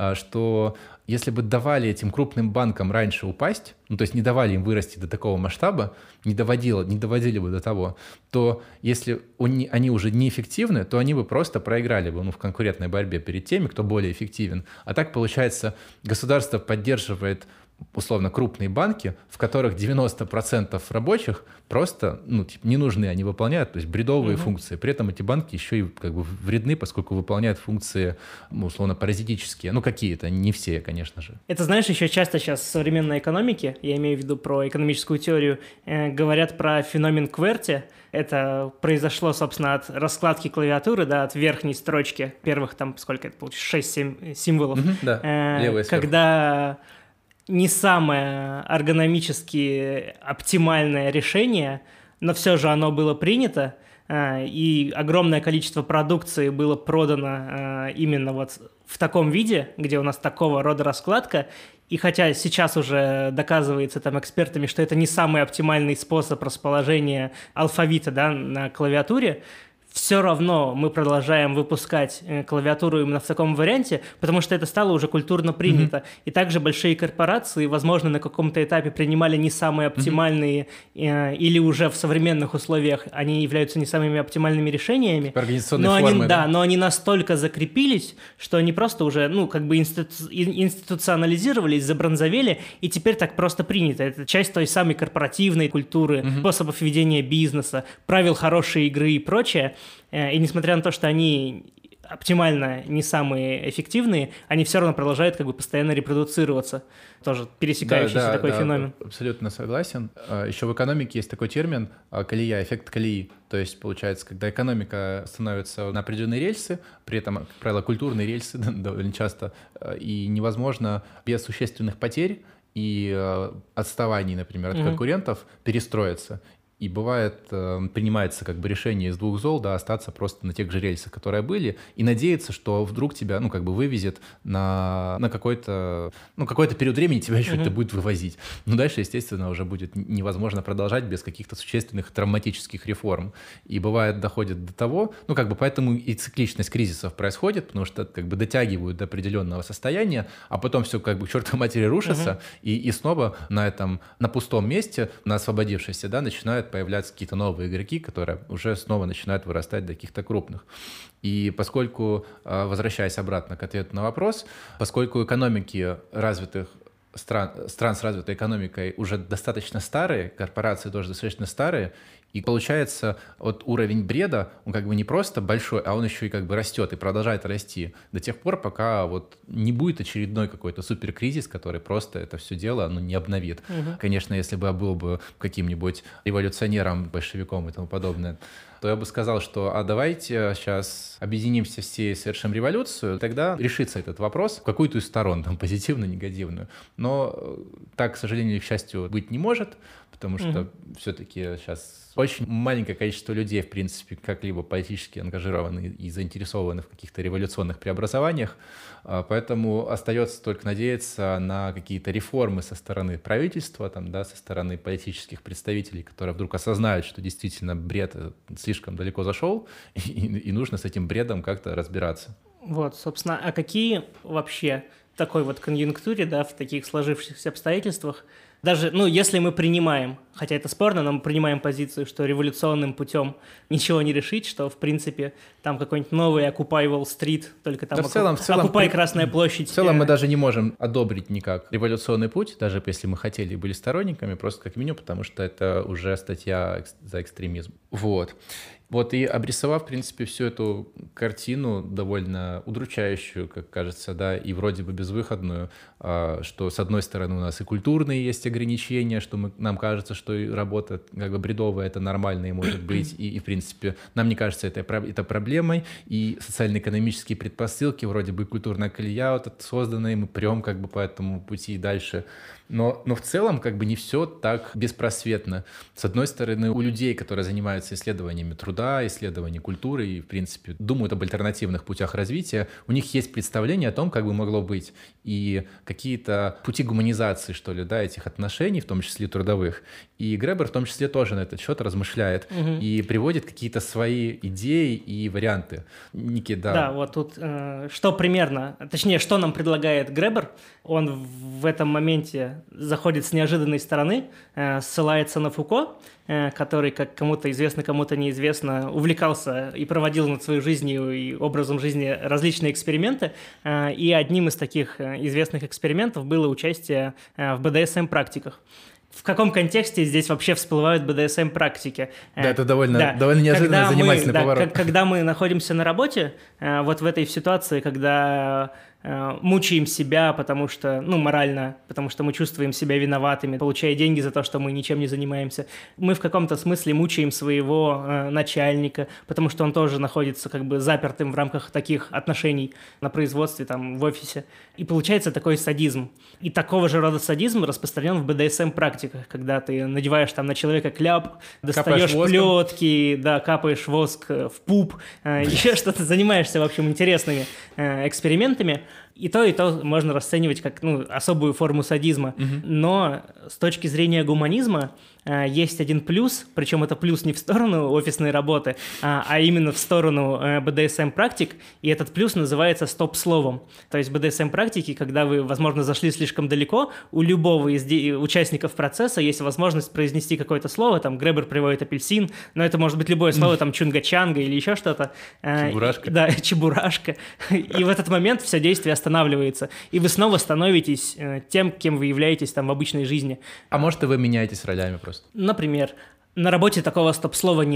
Что если бы давали этим крупным банкам раньше упасть, ну, то есть не давали им вырасти до такого масштаба, не, доводило, не доводили бы до того, то если они уже неэффективны, то они бы просто проиграли бы ну, в конкурентной борьбе перед теми, кто более эффективен. А так, получается, государство поддерживает условно крупные банки, в которых девяносто процентов рабочих просто ну, типа, не нужны, они выполняют то есть бредовые угу. функции. При этом эти банки еще и как бы вредны, поскольку выполняют функции ну, условно паразитические. Ну какие-то, не все, конечно же. Это знаешь, еще часто сейчас в современной экономике, я имею в виду про экономическую теорию, э, говорят про феномен Кверти. Это произошло, собственно, от раскладки клавиатуры, да, от верхней строчки первых там, сколько это получится, шесть-семь символов. Угу, да, э, левая сверху. Когда не самое эргономически оптимальное решение, но все же оно было принято, и огромное количество продукции было продано именно вот в таком виде, где у нас такого рода раскладка. И хотя сейчас уже доказывается там экспертами, что это не самый оптимальный способ расположения алфавита, да, на клавиатуре, все равно мы продолжаем выпускать клавиатуру именно в таком варианте, потому что это стало уже культурно принято. Mm-hmm. И также большие корпорации, возможно, на каком-то этапе принимали не самые оптимальные mm-hmm. э, или уже в современных условиях они являются не самыми оптимальными решениями. Организационные но формы, они, да? Да, но они настолько закрепились, что они просто уже, ну, как бы институ- институционализировались, забронзовели, и теперь так просто принято. Это часть той самой корпоративной культуры, mm-hmm. способов ведения бизнеса, правил хорошей игры и прочее. И несмотря на то, что они оптимально не самые эффективные, они все равно продолжают как бы постоянно репродуцироваться. Тоже пересекающийся да, да, такой да, феномен. Абсолютно согласен. Еще в экономике есть такой термин колея, эффект колеи. То есть, получается, когда экономика становится на определенные рельсы, при этом, как правило, культурные рельсы довольно часто, и невозможно без существенных потерь и отставаний, например, от mm-hmm. конкурентов перестроиться. И бывает, э, принимается как бы решение из двух зол, да, остаться просто на тех же рельсах, которые были, и надеяться, что вдруг тебя, ну, как бы вывезет на, на какой-то, ну, какой-то период времени тебя еще mm-hmm. это будет вывозить. Но дальше, естественно, уже будет невозможно продолжать без каких-то существенных травматических реформ. И бывает, доходит до того, ну, как бы поэтому и цикличность кризисов происходит, потому что как бы дотягивают до определенного состояния, а потом все как бы к чертовой матери рушится, mm-hmm. и, и снова на этом, на пустом месте, на освободившемся, да, начинают появляться какие-то новые игроки, которые уже снова начинают вырастать до каких-то крупных. И поскольку, возвращаясь обратно к ответу на вопрос, поскольку экономики развитых стран, стран с развитой экономикой уже достаточно старые, корпорации тоже достаточно старые, и получается, вот уровень бреда, он как бы не просто большой, а он еще и как бы растет и продолжает расти до тех пор, пока вот не будет очередной какой-то суперкризис, который просто это все дело, ну, не обновит. Угу. Конечно, если бы я был бы каким-нибудь революционером, большевиком и тому подобное, то я бы сказал, что а давайте сейчас объединимся все и совершим революцию, тогда решится этот вопрос в какую-то из сторон, там, позитивную, негативную. Но так, к сожалению или к счастью, быть не может, потому что mm-hmm. все-таки сейчас очень маленькое количество людей, в принципе, как-либо политически ангажированы и заинтересованы в каких-то революционных преобразованиях, поэтому остается только надеяться на какие-то реформы со стороны правительства, там, да, со стороны политических представителей, которые вдруг осознают, что действительно бред слишком далеко зашел, и, и нужно с этим бредом как-то разбираться. Вот, собственно, а какие вообще в такой вот конъюнктуре, да, в таких сложившихся обстоятельствах, даже, ну, если мы принимаем, хотя это спорно, но мы принимаем позицию, что революционным путем ничего не решить, что, в принципе, там какой-нибудь новый Occupy Wall Street, только там да в целом, оку... в целом, Occupy Красная площадь. В целом мы даже не можем одобрить никак революционный путь, даже если мы хотели и были сторонниками, просто как минимум, потому что это уже статья за экстремизм. Вот. Вот и обрисовав, в принципе, всю эту картину, довольно удручающую, как кажется, да, и вроде бы безвыходную, что, с одной стороны, у нас и культурные есть ограничения, что мы, нам кажется, что и работа как бы бредовая, это нормально и может быть, и, и в принципе, нам не кажется это, это проблемой, и социально-экономические предпосылки, вроде бы культурная колея вот это создана, и мы прем как бы по этому пути и дальше. Но, но в целом как бы не все так беспросветно. С одной стороны, у людей, которые занимаются исследованиями труда, исследованием культуры и, в принципе, думают об альтернативных путях развития, у них есть представление о том, как бы могло быть. И какие-то пути гуманизации, что ли, да, этих отношений, в том числе трудовых. И Гребер в том числе тоже на этот счет размышляет угу. и приводит какие-то свои идеи и варианты. Ники, да. Да, вот тут э, что примерно, точнее, что нам предлагает Гребер, он в этом моменте заходит с неожиданной стороны, э, ссылается на Фуко, э, который, как кому-то известно, кому-то неизвестно, увлекался и проводил над своей жизнью и образом жизни различные эксперименты, э, и одним из таких известных экспериментов было участие э, в бэ дэ эс эм-практиках. В каком контексте здесь вообще всплывают бэ дэ эс эм-практики? Да, это довольно, да. довольно неожиданный, когда занимательный мы, поворот. Да, когда мы находимся на работе, э, вот в этой ситуации, когда мучаем себя, потому что, ну, морально, потому что мы чувствуем себя виноватыми, получая деньги за то, что мы ничем не занимаемся. Мы в каком-то смысле мучаем своего э, начальника, потому что он тоже находится как бы запертым в рамках таких отношений на производстве, там, в офисе. И получается такой садизм. И такого же рода садизм распространен в бэ дэ эс эм-практиках, когда ты надеваешь там на человека кляп, достаешь плетки, да, капаешь воск в пуп, э, еще что-то, занимаешься, в общем, интересными э, экспериментами. И то, и то можно расценивать как, ну, особую форму садизма. Uh-huh. Но с точки зрения гуманизма э, есть один плюс, причем это плюс не в сторону офисной работы, а, а именно в сторону э, бэ дэ эс эм-практик, и этот плюс называется стоп-словом. То есть бэ дэ эс эм-практики, когда вы, возможно, зашли слишком далеко, у любого из де- участников процесса есть возможность произнести какое-то слово, там, Гребер приводит апельсин, но это может быть любое слово, там, чунга-чанга или еще что-то. Э, чебурашка. Да, чебурашка. И в этот момент все действие останавливается, и вы снова становитесь э, тем, кем вы являетесь там в обычной жизни. А может, и вы меняетесь ролями просто? Например, на работе такого стоп-слова нет.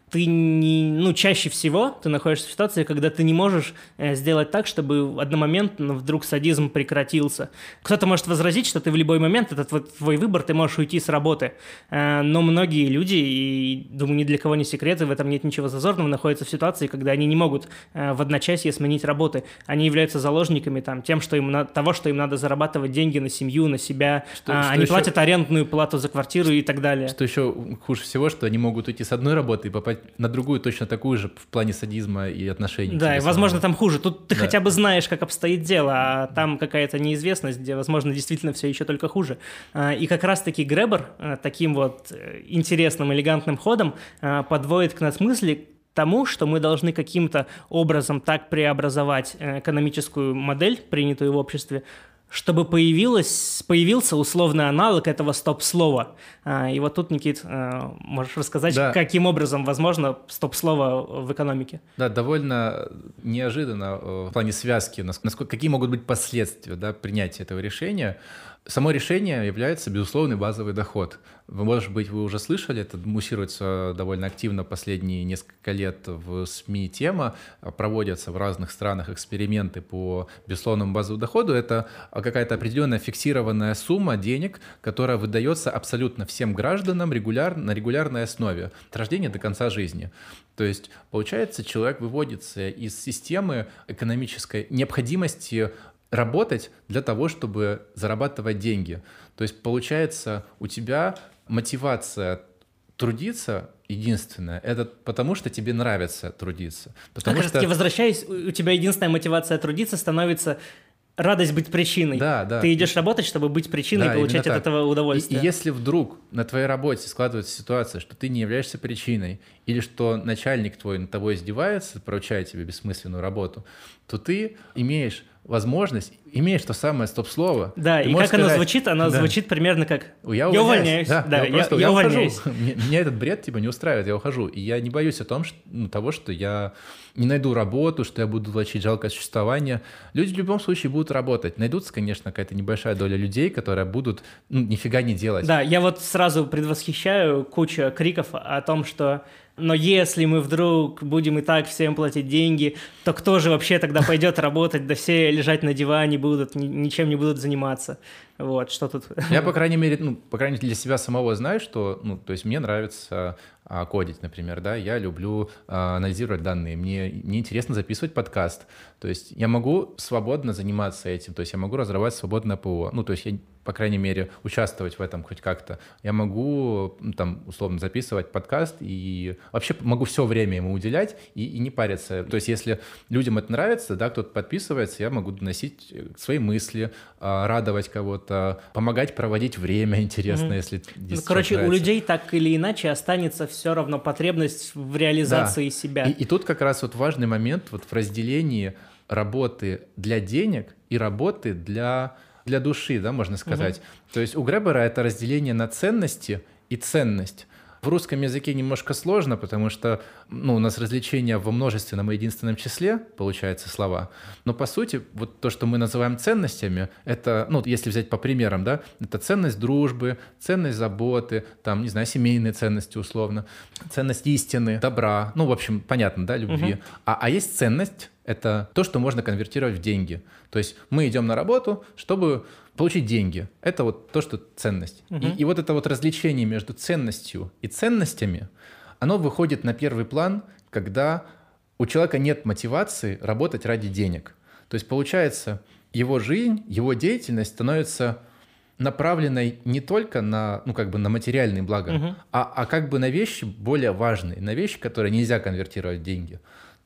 ты не, ну, чаще всего ты находишься в ситуации, когда ты не можешь э, сделать так, чтобы одномоментно вдруг садизм прекратился. Кто-то может возразить, что ты в любой момент, это твой, твой выбор, ты можешь уйти с работы. Э, но многие люди, и, думаю, ни для кого не секрет, и в этом нет ничего зазорного, находятся в ситуации, когда они не могут э, в одночасье сменить работы. Они являются заложниками там, тем, что им на, того, что им надо зарабатывать деньги на семью, на себя. Что, э, что они еще... платят арендную плату за квартиру и так далее. Что еще хуже всего, что они могут уйти с одной работы и попасть на другую точно такую же в плане садизма и отношений. Да, и, возможно, там хуже. Тут ты да. хотя бы знаешь, как обстоит дело, а там какая-то неизвестность, где, возможно, действительно все еще только хуже. И как раз-таки Гребер таким вот интересным, элегантным ходом подводит к нас мысли тому, что мы должны каким-то образом так преобразовать экономическую модель, принятую в обществе, чтобы появилось, появился условный аналог этого стоп-слова. И вот тут, Никит, можешь рассказать, да. каким образом возможно стоп-слово в экономике? Да, довольно неожиданно в плане связки, насколько, какие могут быть последствия, да, принятия этого решения. Само решение является безусловный базовый доход. Вы, может быть, вы уже слышали, это муссируется довольно активно последние несколько лет в СМИ тема, проводятся в разных странах эксперименты по безусловному базовому доходу. Это какая-то определенная фиксированная сумма денег, которая выдается абсолютно всем гражданам регуляр, на регулярной основе от рождения до конца жизни. То есть, получается, человек выводится из системы экономической необходимости работать для того, чтобы зарабатывать деньги. То есть, получается, у тебя мотивация трудиться единственная, это потому, что тебе нравится трудиться. Потому как что... раз-таки, возвращаясь, у тебя единственная мотивация трудиться становится радость быть причиной. Да, да. Ты идешь работать, чтобы быть причиной да, и получать от этого удовольствие. И, и если вдруг на твоей работе складывается ситуация, что ты не являешься причиной, или что начальник твой над тобой издевается, поручая тебе бессмысленную работу, то ты имеешь возможность, имеешь то самое стоп-слово. Да, и как сказать, оно звучит? Оно да. звучит примерно как «я увольняюсь». Я увольняюсь. Да, да, я, просто, я, я увольняюсь. Меня этот бред типа не устраивает, я ухожу. И я не боюсь о том, что, ну, того, что я не найду работу, что я буду влачить жалкое существование. Люди в любом случае будут работать. Найдутся, конечно, какая-то небольшая доля людей, которые будут ну, нифига не делать. Да, я вот сразу предвосхищаю кучу криков о том, что но если мы вдруг будем и так всем платить деньги, то кто же вообще тогда пойдет работать, да все лежать на диване будут, ничем не будут заниматься. Вот, что тут... Я, по крайней мере, ну, по крайней мере, для себя самого знаю, что, ну, то есть мне нравится а, кодить, например, да, я люблю а, анализировать данные, мне, мне интересно записывать подкаст, то есть я могу свободно заниматься этим, то есть я могу разрабатывать свободное ПО, ну, то есть я, по крайней мере, участвовать в этом хоть как-то. Я могу, ну, там, условно, записывать подкаст и вообще могу все время ему уделять и, и не париться. То есть если людям это нравится, да, кто-то подписывается, я могу доносить свои мысли, а, радовать кого-то, помогать проводить время интересно, mm-hmm. если ну, короче, нравится. У людей так или иначе останется все равно потребность в реализации да. себя. И, и тут как раз вот важный момент вот в разделении работы для денег и работы для, для души, да, можно сказать. Mm-hmm. То есть у Гребера это разделение на ценности и ценность. В русском языке немножко сложно, потому что ну, у нас развлечение во множественном и единственном числе, получается, слова. Но по сути, вот то, что мы называем ценностями, это, ну, если взять по примерам, да, это ценность дружбы, ценность заботы, там, не знаю, семейные ценности условно, ценность истины, добра, ну, в общем, понятно, да, любви. Угу. А, а есть ценность, это то, что можно конвертировать в деньги. То есть мы идем на работу, чтобы получить деньги. Это вот то, что ценность. Uh-huh. И, и вот это вот развлечение между ценностью и ценностями, оно выходит на первый план, когда у человека нет мотивации работать ради денег. То есть получается, его жизнь, его деятельность становится направленной не только на, ну, как бы на материальные блага, uh-huh. а, а как бы на вещи более важные, на вещи, которые нельзя конвертировать в деньги.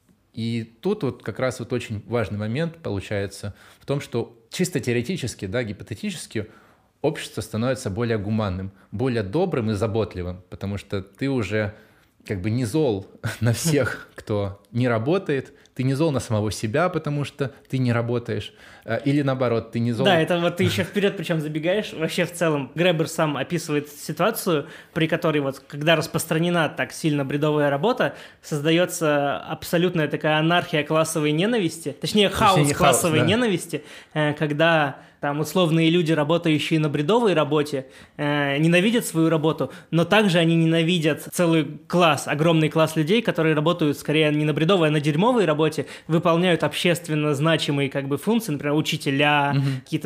И тут вот как раз вот очень важный момент получается в том, что чисто теоретически, да, гипотетически общество становится более гуманным, более добрым и заботливым, потому что ты уже как бы не зол на всех, кто не работает, ты не зол на самого себя, потому что ты не работаешь, или наоборот, ты не зол... Да, это вот ты еще вперед причем забегаешь. Вообще в целом Гребер сам описывает ситуацию, при которой вот, когда распространена так сильно бредовая работа, создается абсолютная такая анархия классовой ненависти, точнее хаос Точнее, классовой хаос, да. ненависти, когда... Там условные люди, работающие на бредовой работе, э, ненавидят свою работу, но также они ненавидят целый класс, огромный класс людей, которые работают скорее не на бредовой, а на дерьмовой работе, выполняют общественно значимые как бы функции, например, учителя, угу. какие-то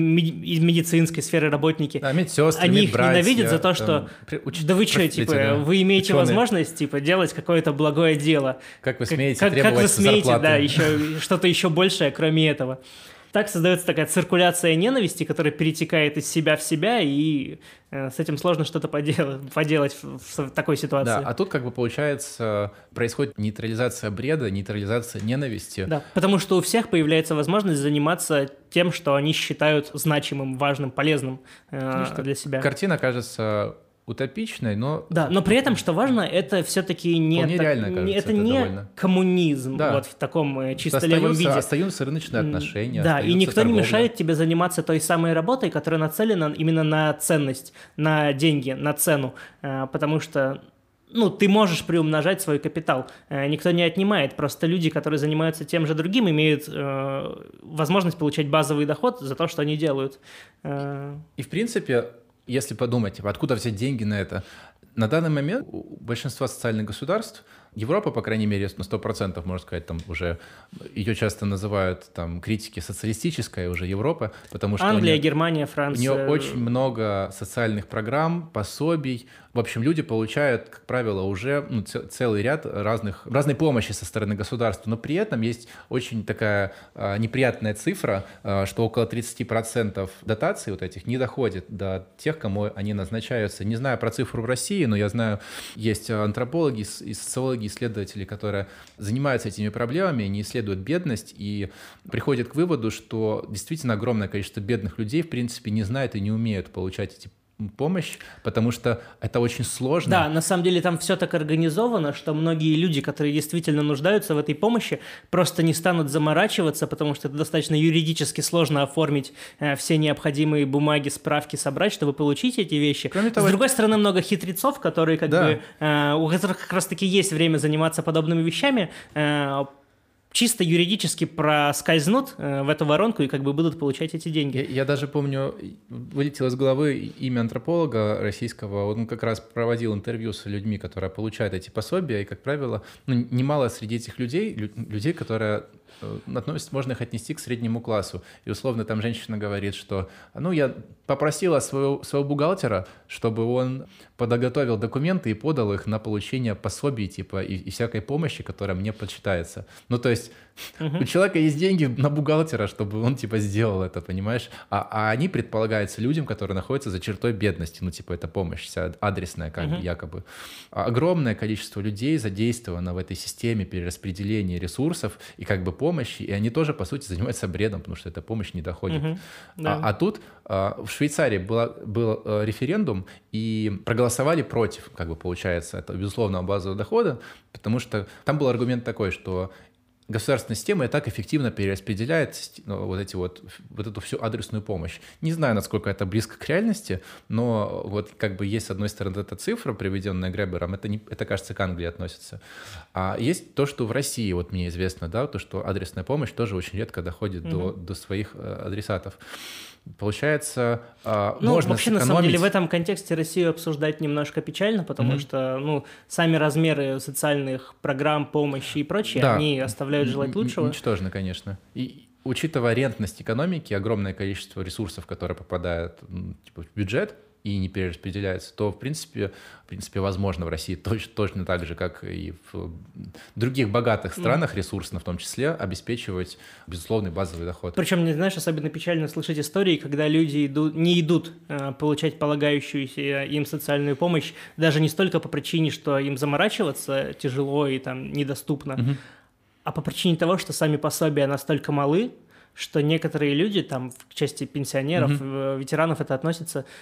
из медицинской сферы работники. Да, медсестры, они медбратья, их ненавидят за то, там, что уч... да вы что, типа, да. вы имеете Ученые. возможность типа делать какое-то благое дело. Как вы смеете как, требовать как вы смеете, зарплаты? да, еще что-то еще большее, кроме этого. Так создается такая циркуляция ненависти, которая перетекает из себя в себя, и э, с этим сложно что-то поделать, поделать в, в такой ситуации. Да, а тут как бы получается происходит нейтрализация бреда, нейтрализация ненависти. Да, потому что у всех появляется возможность заниматься тем, что они считают значимым, важным, полезным э, для себя. Картина кажется утопичной, но... Да, но при этом, что важно, это все-таки не, Вполне так, реально, кажется, это это не довольно. коммунизм, Да. вот в таком э, чисто остаются, левом виде. Остаются рыночные отношения. Да, и никто торговля. не мешает тебе заниматься той самой работой, которая нацелена именно на ценность, на деньги, на цену, э, потому что ну, ты можешь приумножать свой капитал. Э, никто не отнимает. Просто люди, которые занимаются тем же другим, имеют э, возможность получать базовый доход за то, что они делают. Э... И, в принципе, если подумать, типа, откуда взять деньги на это, на данный момент у большинства социальных государств, Европа, по крайней мере, на сто процентов, можно сказать, там уже ее часто называют там критики социалистическая уже Европа, потому что Англия, у нее, Германия, Франция. У нее очень много социальных программ, пособий. В общем, люди получают, как правило, уже ну, целый ряд разных, разной помощи со стороны государства, но при этом есть очень такая а, неприятная цифра, а, что около тридцать процентов дотаций вот этих не доходит до тех, кому они назначаются. Не знаю про цифру в России, но я знаю, есть антропологи и социологи, исследователи, которые занимаются этими проблемами, они исследуют бедность и приходят к выводу, что действительно огромное количество бедных людей, в принципе, не знают и не умеют получать эти помощь, потому что это очень сложно. Да, на самом деле там все так организовано, что многие люди, которые действительно нуждаются в этой помощи, просто не станут заморачиваться, потому что это достаточно юридически сложно оформить э, все необходимые бумаги, справки собрать, чтобы получить эти вещи. Кроме того, С другой стороны, много хитрецов, которые как да. бы, э, у которых как раз-таки есть время заниматься подобными вещами, э, чисто юридически проскользнут э, в эту воронку и как бы будут получать эти деньги. Я, я даже помню, вылетело из головы имя антрополога российского, он как раз проводил интервью с людьми, которые получают эти пособия, и, как правило, ну, немало среди этих людей, лю- людей, которые э, относятся, можно их отнести к среднему классу. И условно там женщина говорит, что ну, я попросила своего, своего бухгалтера, чтобы он подготовил документы и подал их на получение пособий типа и, и всякой помощи, которая мне почитается. Ну, то есть uh-huh. у человека есть деньги на бухгалтера, чтобы он типа сделал это, понимаешь? А, а они предполагаются людям, которые находятся за чертой бедности. Ну, типа это помощь вся адресная, как uh-huh. бы якобы. Огромное количество людей задействовано в этой системе перераспределения ресурсов и как бы помощи, и они тоже, по сути, занимаются бредом, потому что эта помощь не доходит. Uh-huh. Да. А, а тут а, в Швейцарии была, был а, референдум, и проголосовали против, как бы получается, это безусловного базового дохода, потому что там был аргумент такой, что государственная система и так эффективно перераспределяет ну, вот, эти вот, вот эту всю адресную помощь. Не знаю, насколько это близко к реальности, но вот как бы есть, с одной стороны, эта цифра, приведенная Гребером, это, не, это кажется, к Англии относится. А есть то, что в России, вот мне известно, да, то, что адресная помощь тоже очень редко доходит mm-hmm. до, до своих адресатов. Получается, ну, можно вообще, сэкономить... на самом деле, в этом контексте Россию обсуждать немножко печально, потому mm-hmm. что, ну, сами размеры социальных программ, помощи и прочее, да. они оставляют желать лучшего. Ничтожно, конечно. И учитывая рентность экономики, огромное количество ресурсов, которые попадают типа, в бюджет и не перераспределяются, то, в принципе, в принципе, возможно в России точно, точно так же, как и в других богатых странах, mm. ресурсно в том числе, обеспечивать безусловный базовый доход. Причем, не знаешь, особенно печально слышать истории, когда люди идут, не идут э, получать полагающуюся им социальную помощь, даже не столько по причине, что им заморачиваться тяжело и там недоступно, mm-hmm. а по причине того, что сами пособия настолько малы, что некоторые люди, там, в части пенсионеров, mm-hmm. ветеранов это относится,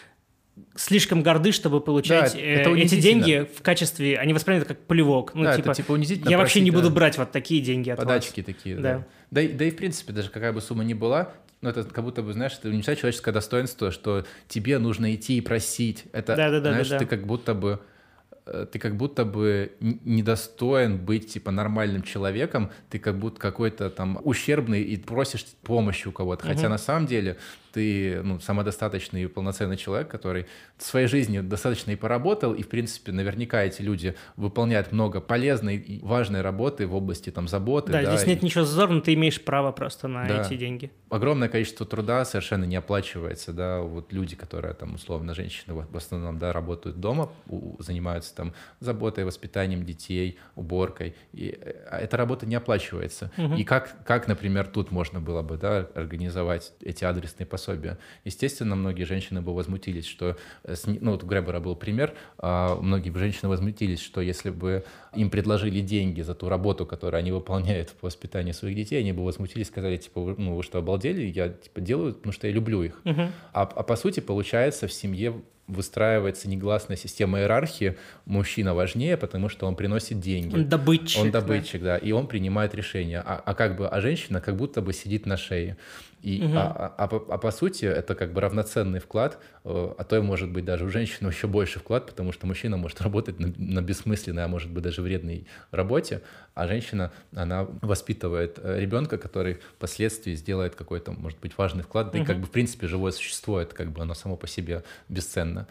слишком горды, чтобы получать Да, э, это эти унизительно. деньги в качестве... Они воспринимают это как плевок. Ну, Да, типа, это типа унизительно я вообще просить, не буду да. брать вот такие деньги от Подачки вас. такие, да. Да. Да, и, да и в принципе, даже какая бы сумма ни была, ну, это как будто бы, знаешь, это уничтожает человеческое достоинство, что тебе нужно идти и просить. Это, Да, да, да, знаешь, да, да. ты как будто бы ты как будто бы н- недостоин быть, типа, нормальным человеком, ты как будто какой-то там ущербный и просишь помощи у кого-то. Хотя Мгм. на самом деле ты, ну, самодостаточный и полноценный человек, который в своей жизни достаточно и поработал, и, в принципе, наверняка эти люди выполняют много полезной и важной работы в области там заботы. Да, да, здесь и нет ничего зазорного, ты имеешь право просто на Да. эти деньги. огромное количество труда совершенно не оплачивается, да, вот люди, которые там, условно, женщины в в основном, да, работают дома, у- занимаются там заботой, воспитанием детей, уборкой, и э, эта работа не оплачивается. Мгм. И как, как, например, тут можно было бы, да, организовать эти адресные пособия? Естественно, многие женщины бы возмутились, что, э, с ни- ну, вот у Гребера был пример, а, многие бы женщины возмутились, что если бы им предложили деньги за ту работу, которую они выполняют по воспитанию своих детей, они бы возмутились, сказали, типа, «Вы- ну вы что, обалдели? Я типа делаю, потому что я люблю их». Мгм. А, а по сути, получается, в семье выстраивается негласная система иерархии. Мужчина важнее, потому что он приносит деньги. Он добытчик. Он да. добытчик, да, и он принимает решения. А, а как бы, а женщина как будто бы сидит на шее. И, Мгм. а, а- а по, а по сути это как бы равноценный вклад, э, а то и может быть даже у женщины еще больше вклад, потому что мужчина может работать на, на бессмысленной, а может быть даже вредной работе, а женщина, она воспитывает э, ребенка, который впоследствии сделает какой-то, может быть, важный вклад, да и Мгм. как бы в принципе живое существо, это как бы оно само по себе бесценно.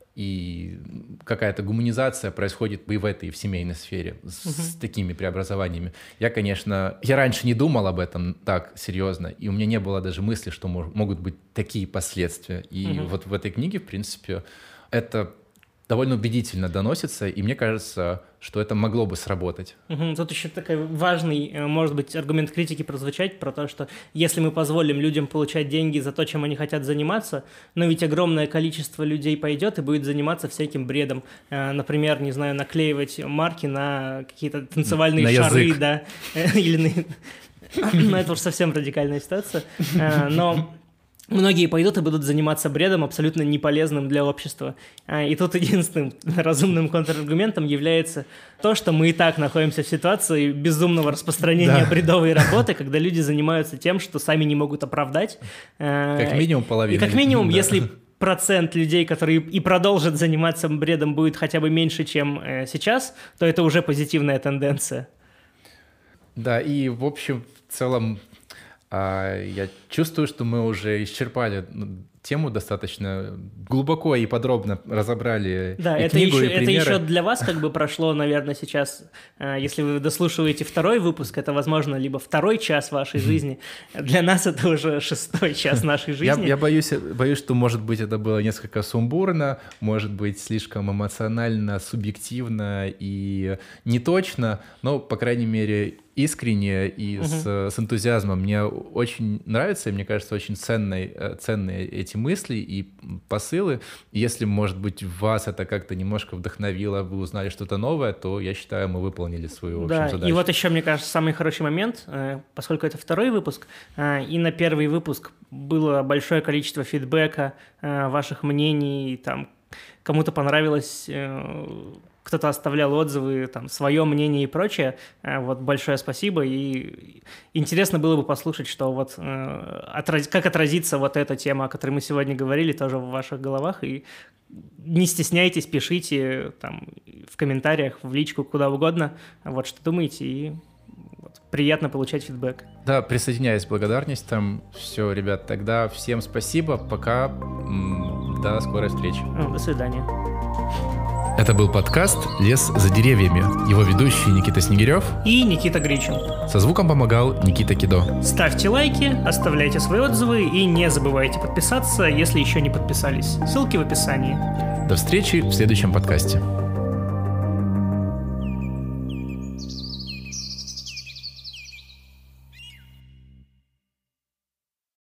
И какая-то гуманизация происходит и в этой, и в семейной сфере с, Мгм. с такими преобразованиями. Я, конечно, я раньше не думал об этом так серьезно, и у меня не было даже мысли, что мож- могут быть такие последствия. И Мгм. вот в этой книге, в принципе, это довольно убедительно доносится, и мне кажется, что это могло бы сработать. Мгм. Тут еще такой важный, э, может быть, аргумент критики прозвучать про то, что если мы позволим людям получать деньги за то, чем они хотят заниматься, но ведь огромное количество людей пойдет и будет заниматься всяким бредом. Э, Например, не знаю, наклеивать марки на какие-то танцевальные На шары, язык. да, э, или на... Ну, это уж совсем радикальная ситуация. Э, Но многие пойдут и будут заниматься бредом, абсолютно неполезным для общества. А, И тут единственным разумным контраргументом является то, что мы и так находимся в ситуации безумного распространения Да. бредовой работы, когда люди занимаются тем, что сами не могут оправдать. А, Как минимум И половина. как минимум, Да. если процент людей, которые и продолжат заниматься бредом, будет хотя бы меньше, чем э, сейчас, то это уже позитивная тенденция. Да, и в общем, в целом, а, я чувствую, что мы уже исчерпали ну, тему достаточно глубоко и подробно разобрали Да, и это книгу, еще, и это примеры. еще для вас как бы прошло, наверное, сейчас, э, если вы дослушиваете второй выпуск, это, возможно, либо второй час вашей жизни. Для нас это уже шестой час нашей Я, жизни. я боюсь, боюсь, что, может быть, это было несколько сумбурно, может быть, слишком эмоционально, субъективно и неточно, но, по крайней мере, искренне и с, с энтузиазмом. Мне очень нравится, и мне кажется, очень ценной, э, ценные эти мысли и посылы. И если, может быть, вас это как-то немножко вдохновило, вы узнали что-то новое, то, я считаю, мы выполнили свою, в общем, Да, задачу. и вот еще, мне кажется, самый хороший момент, э, поскольку это второй выпуск, э, и на первый выпуск было большое количество фидбэка, э, ваших мнений, там, кому-то понравилось, э, кто-то оставлял отзывы, там, свое мнение и прочее. Э, Вот большое спасибо, и интересно было бы послушать, что вот э, отраз- как отразится вот эта тема, о которой мы сегодня говорили, тоже в ваших головах, и не стесняйтесь, пишите там в комментариях, в личку, куда угодно, вот что думаете, и вот, приятно получать фидбэк. Да, присоединяюсь к благодарностям. Все, ребят, тогда всем спасибо, пока, м, до скорой встречи. Ну, До свидания. Это был подкаст «Лес за деревьями». Его ведущий Никита Снегирев. И Никита Гричин. Со звуком помогал Никита Кидо. Ставьте лайки, оставляйте свои отзывы и не забывайте подписаться, если еще не подписались. Ссылки в описании. До встречи в следующем подкасте.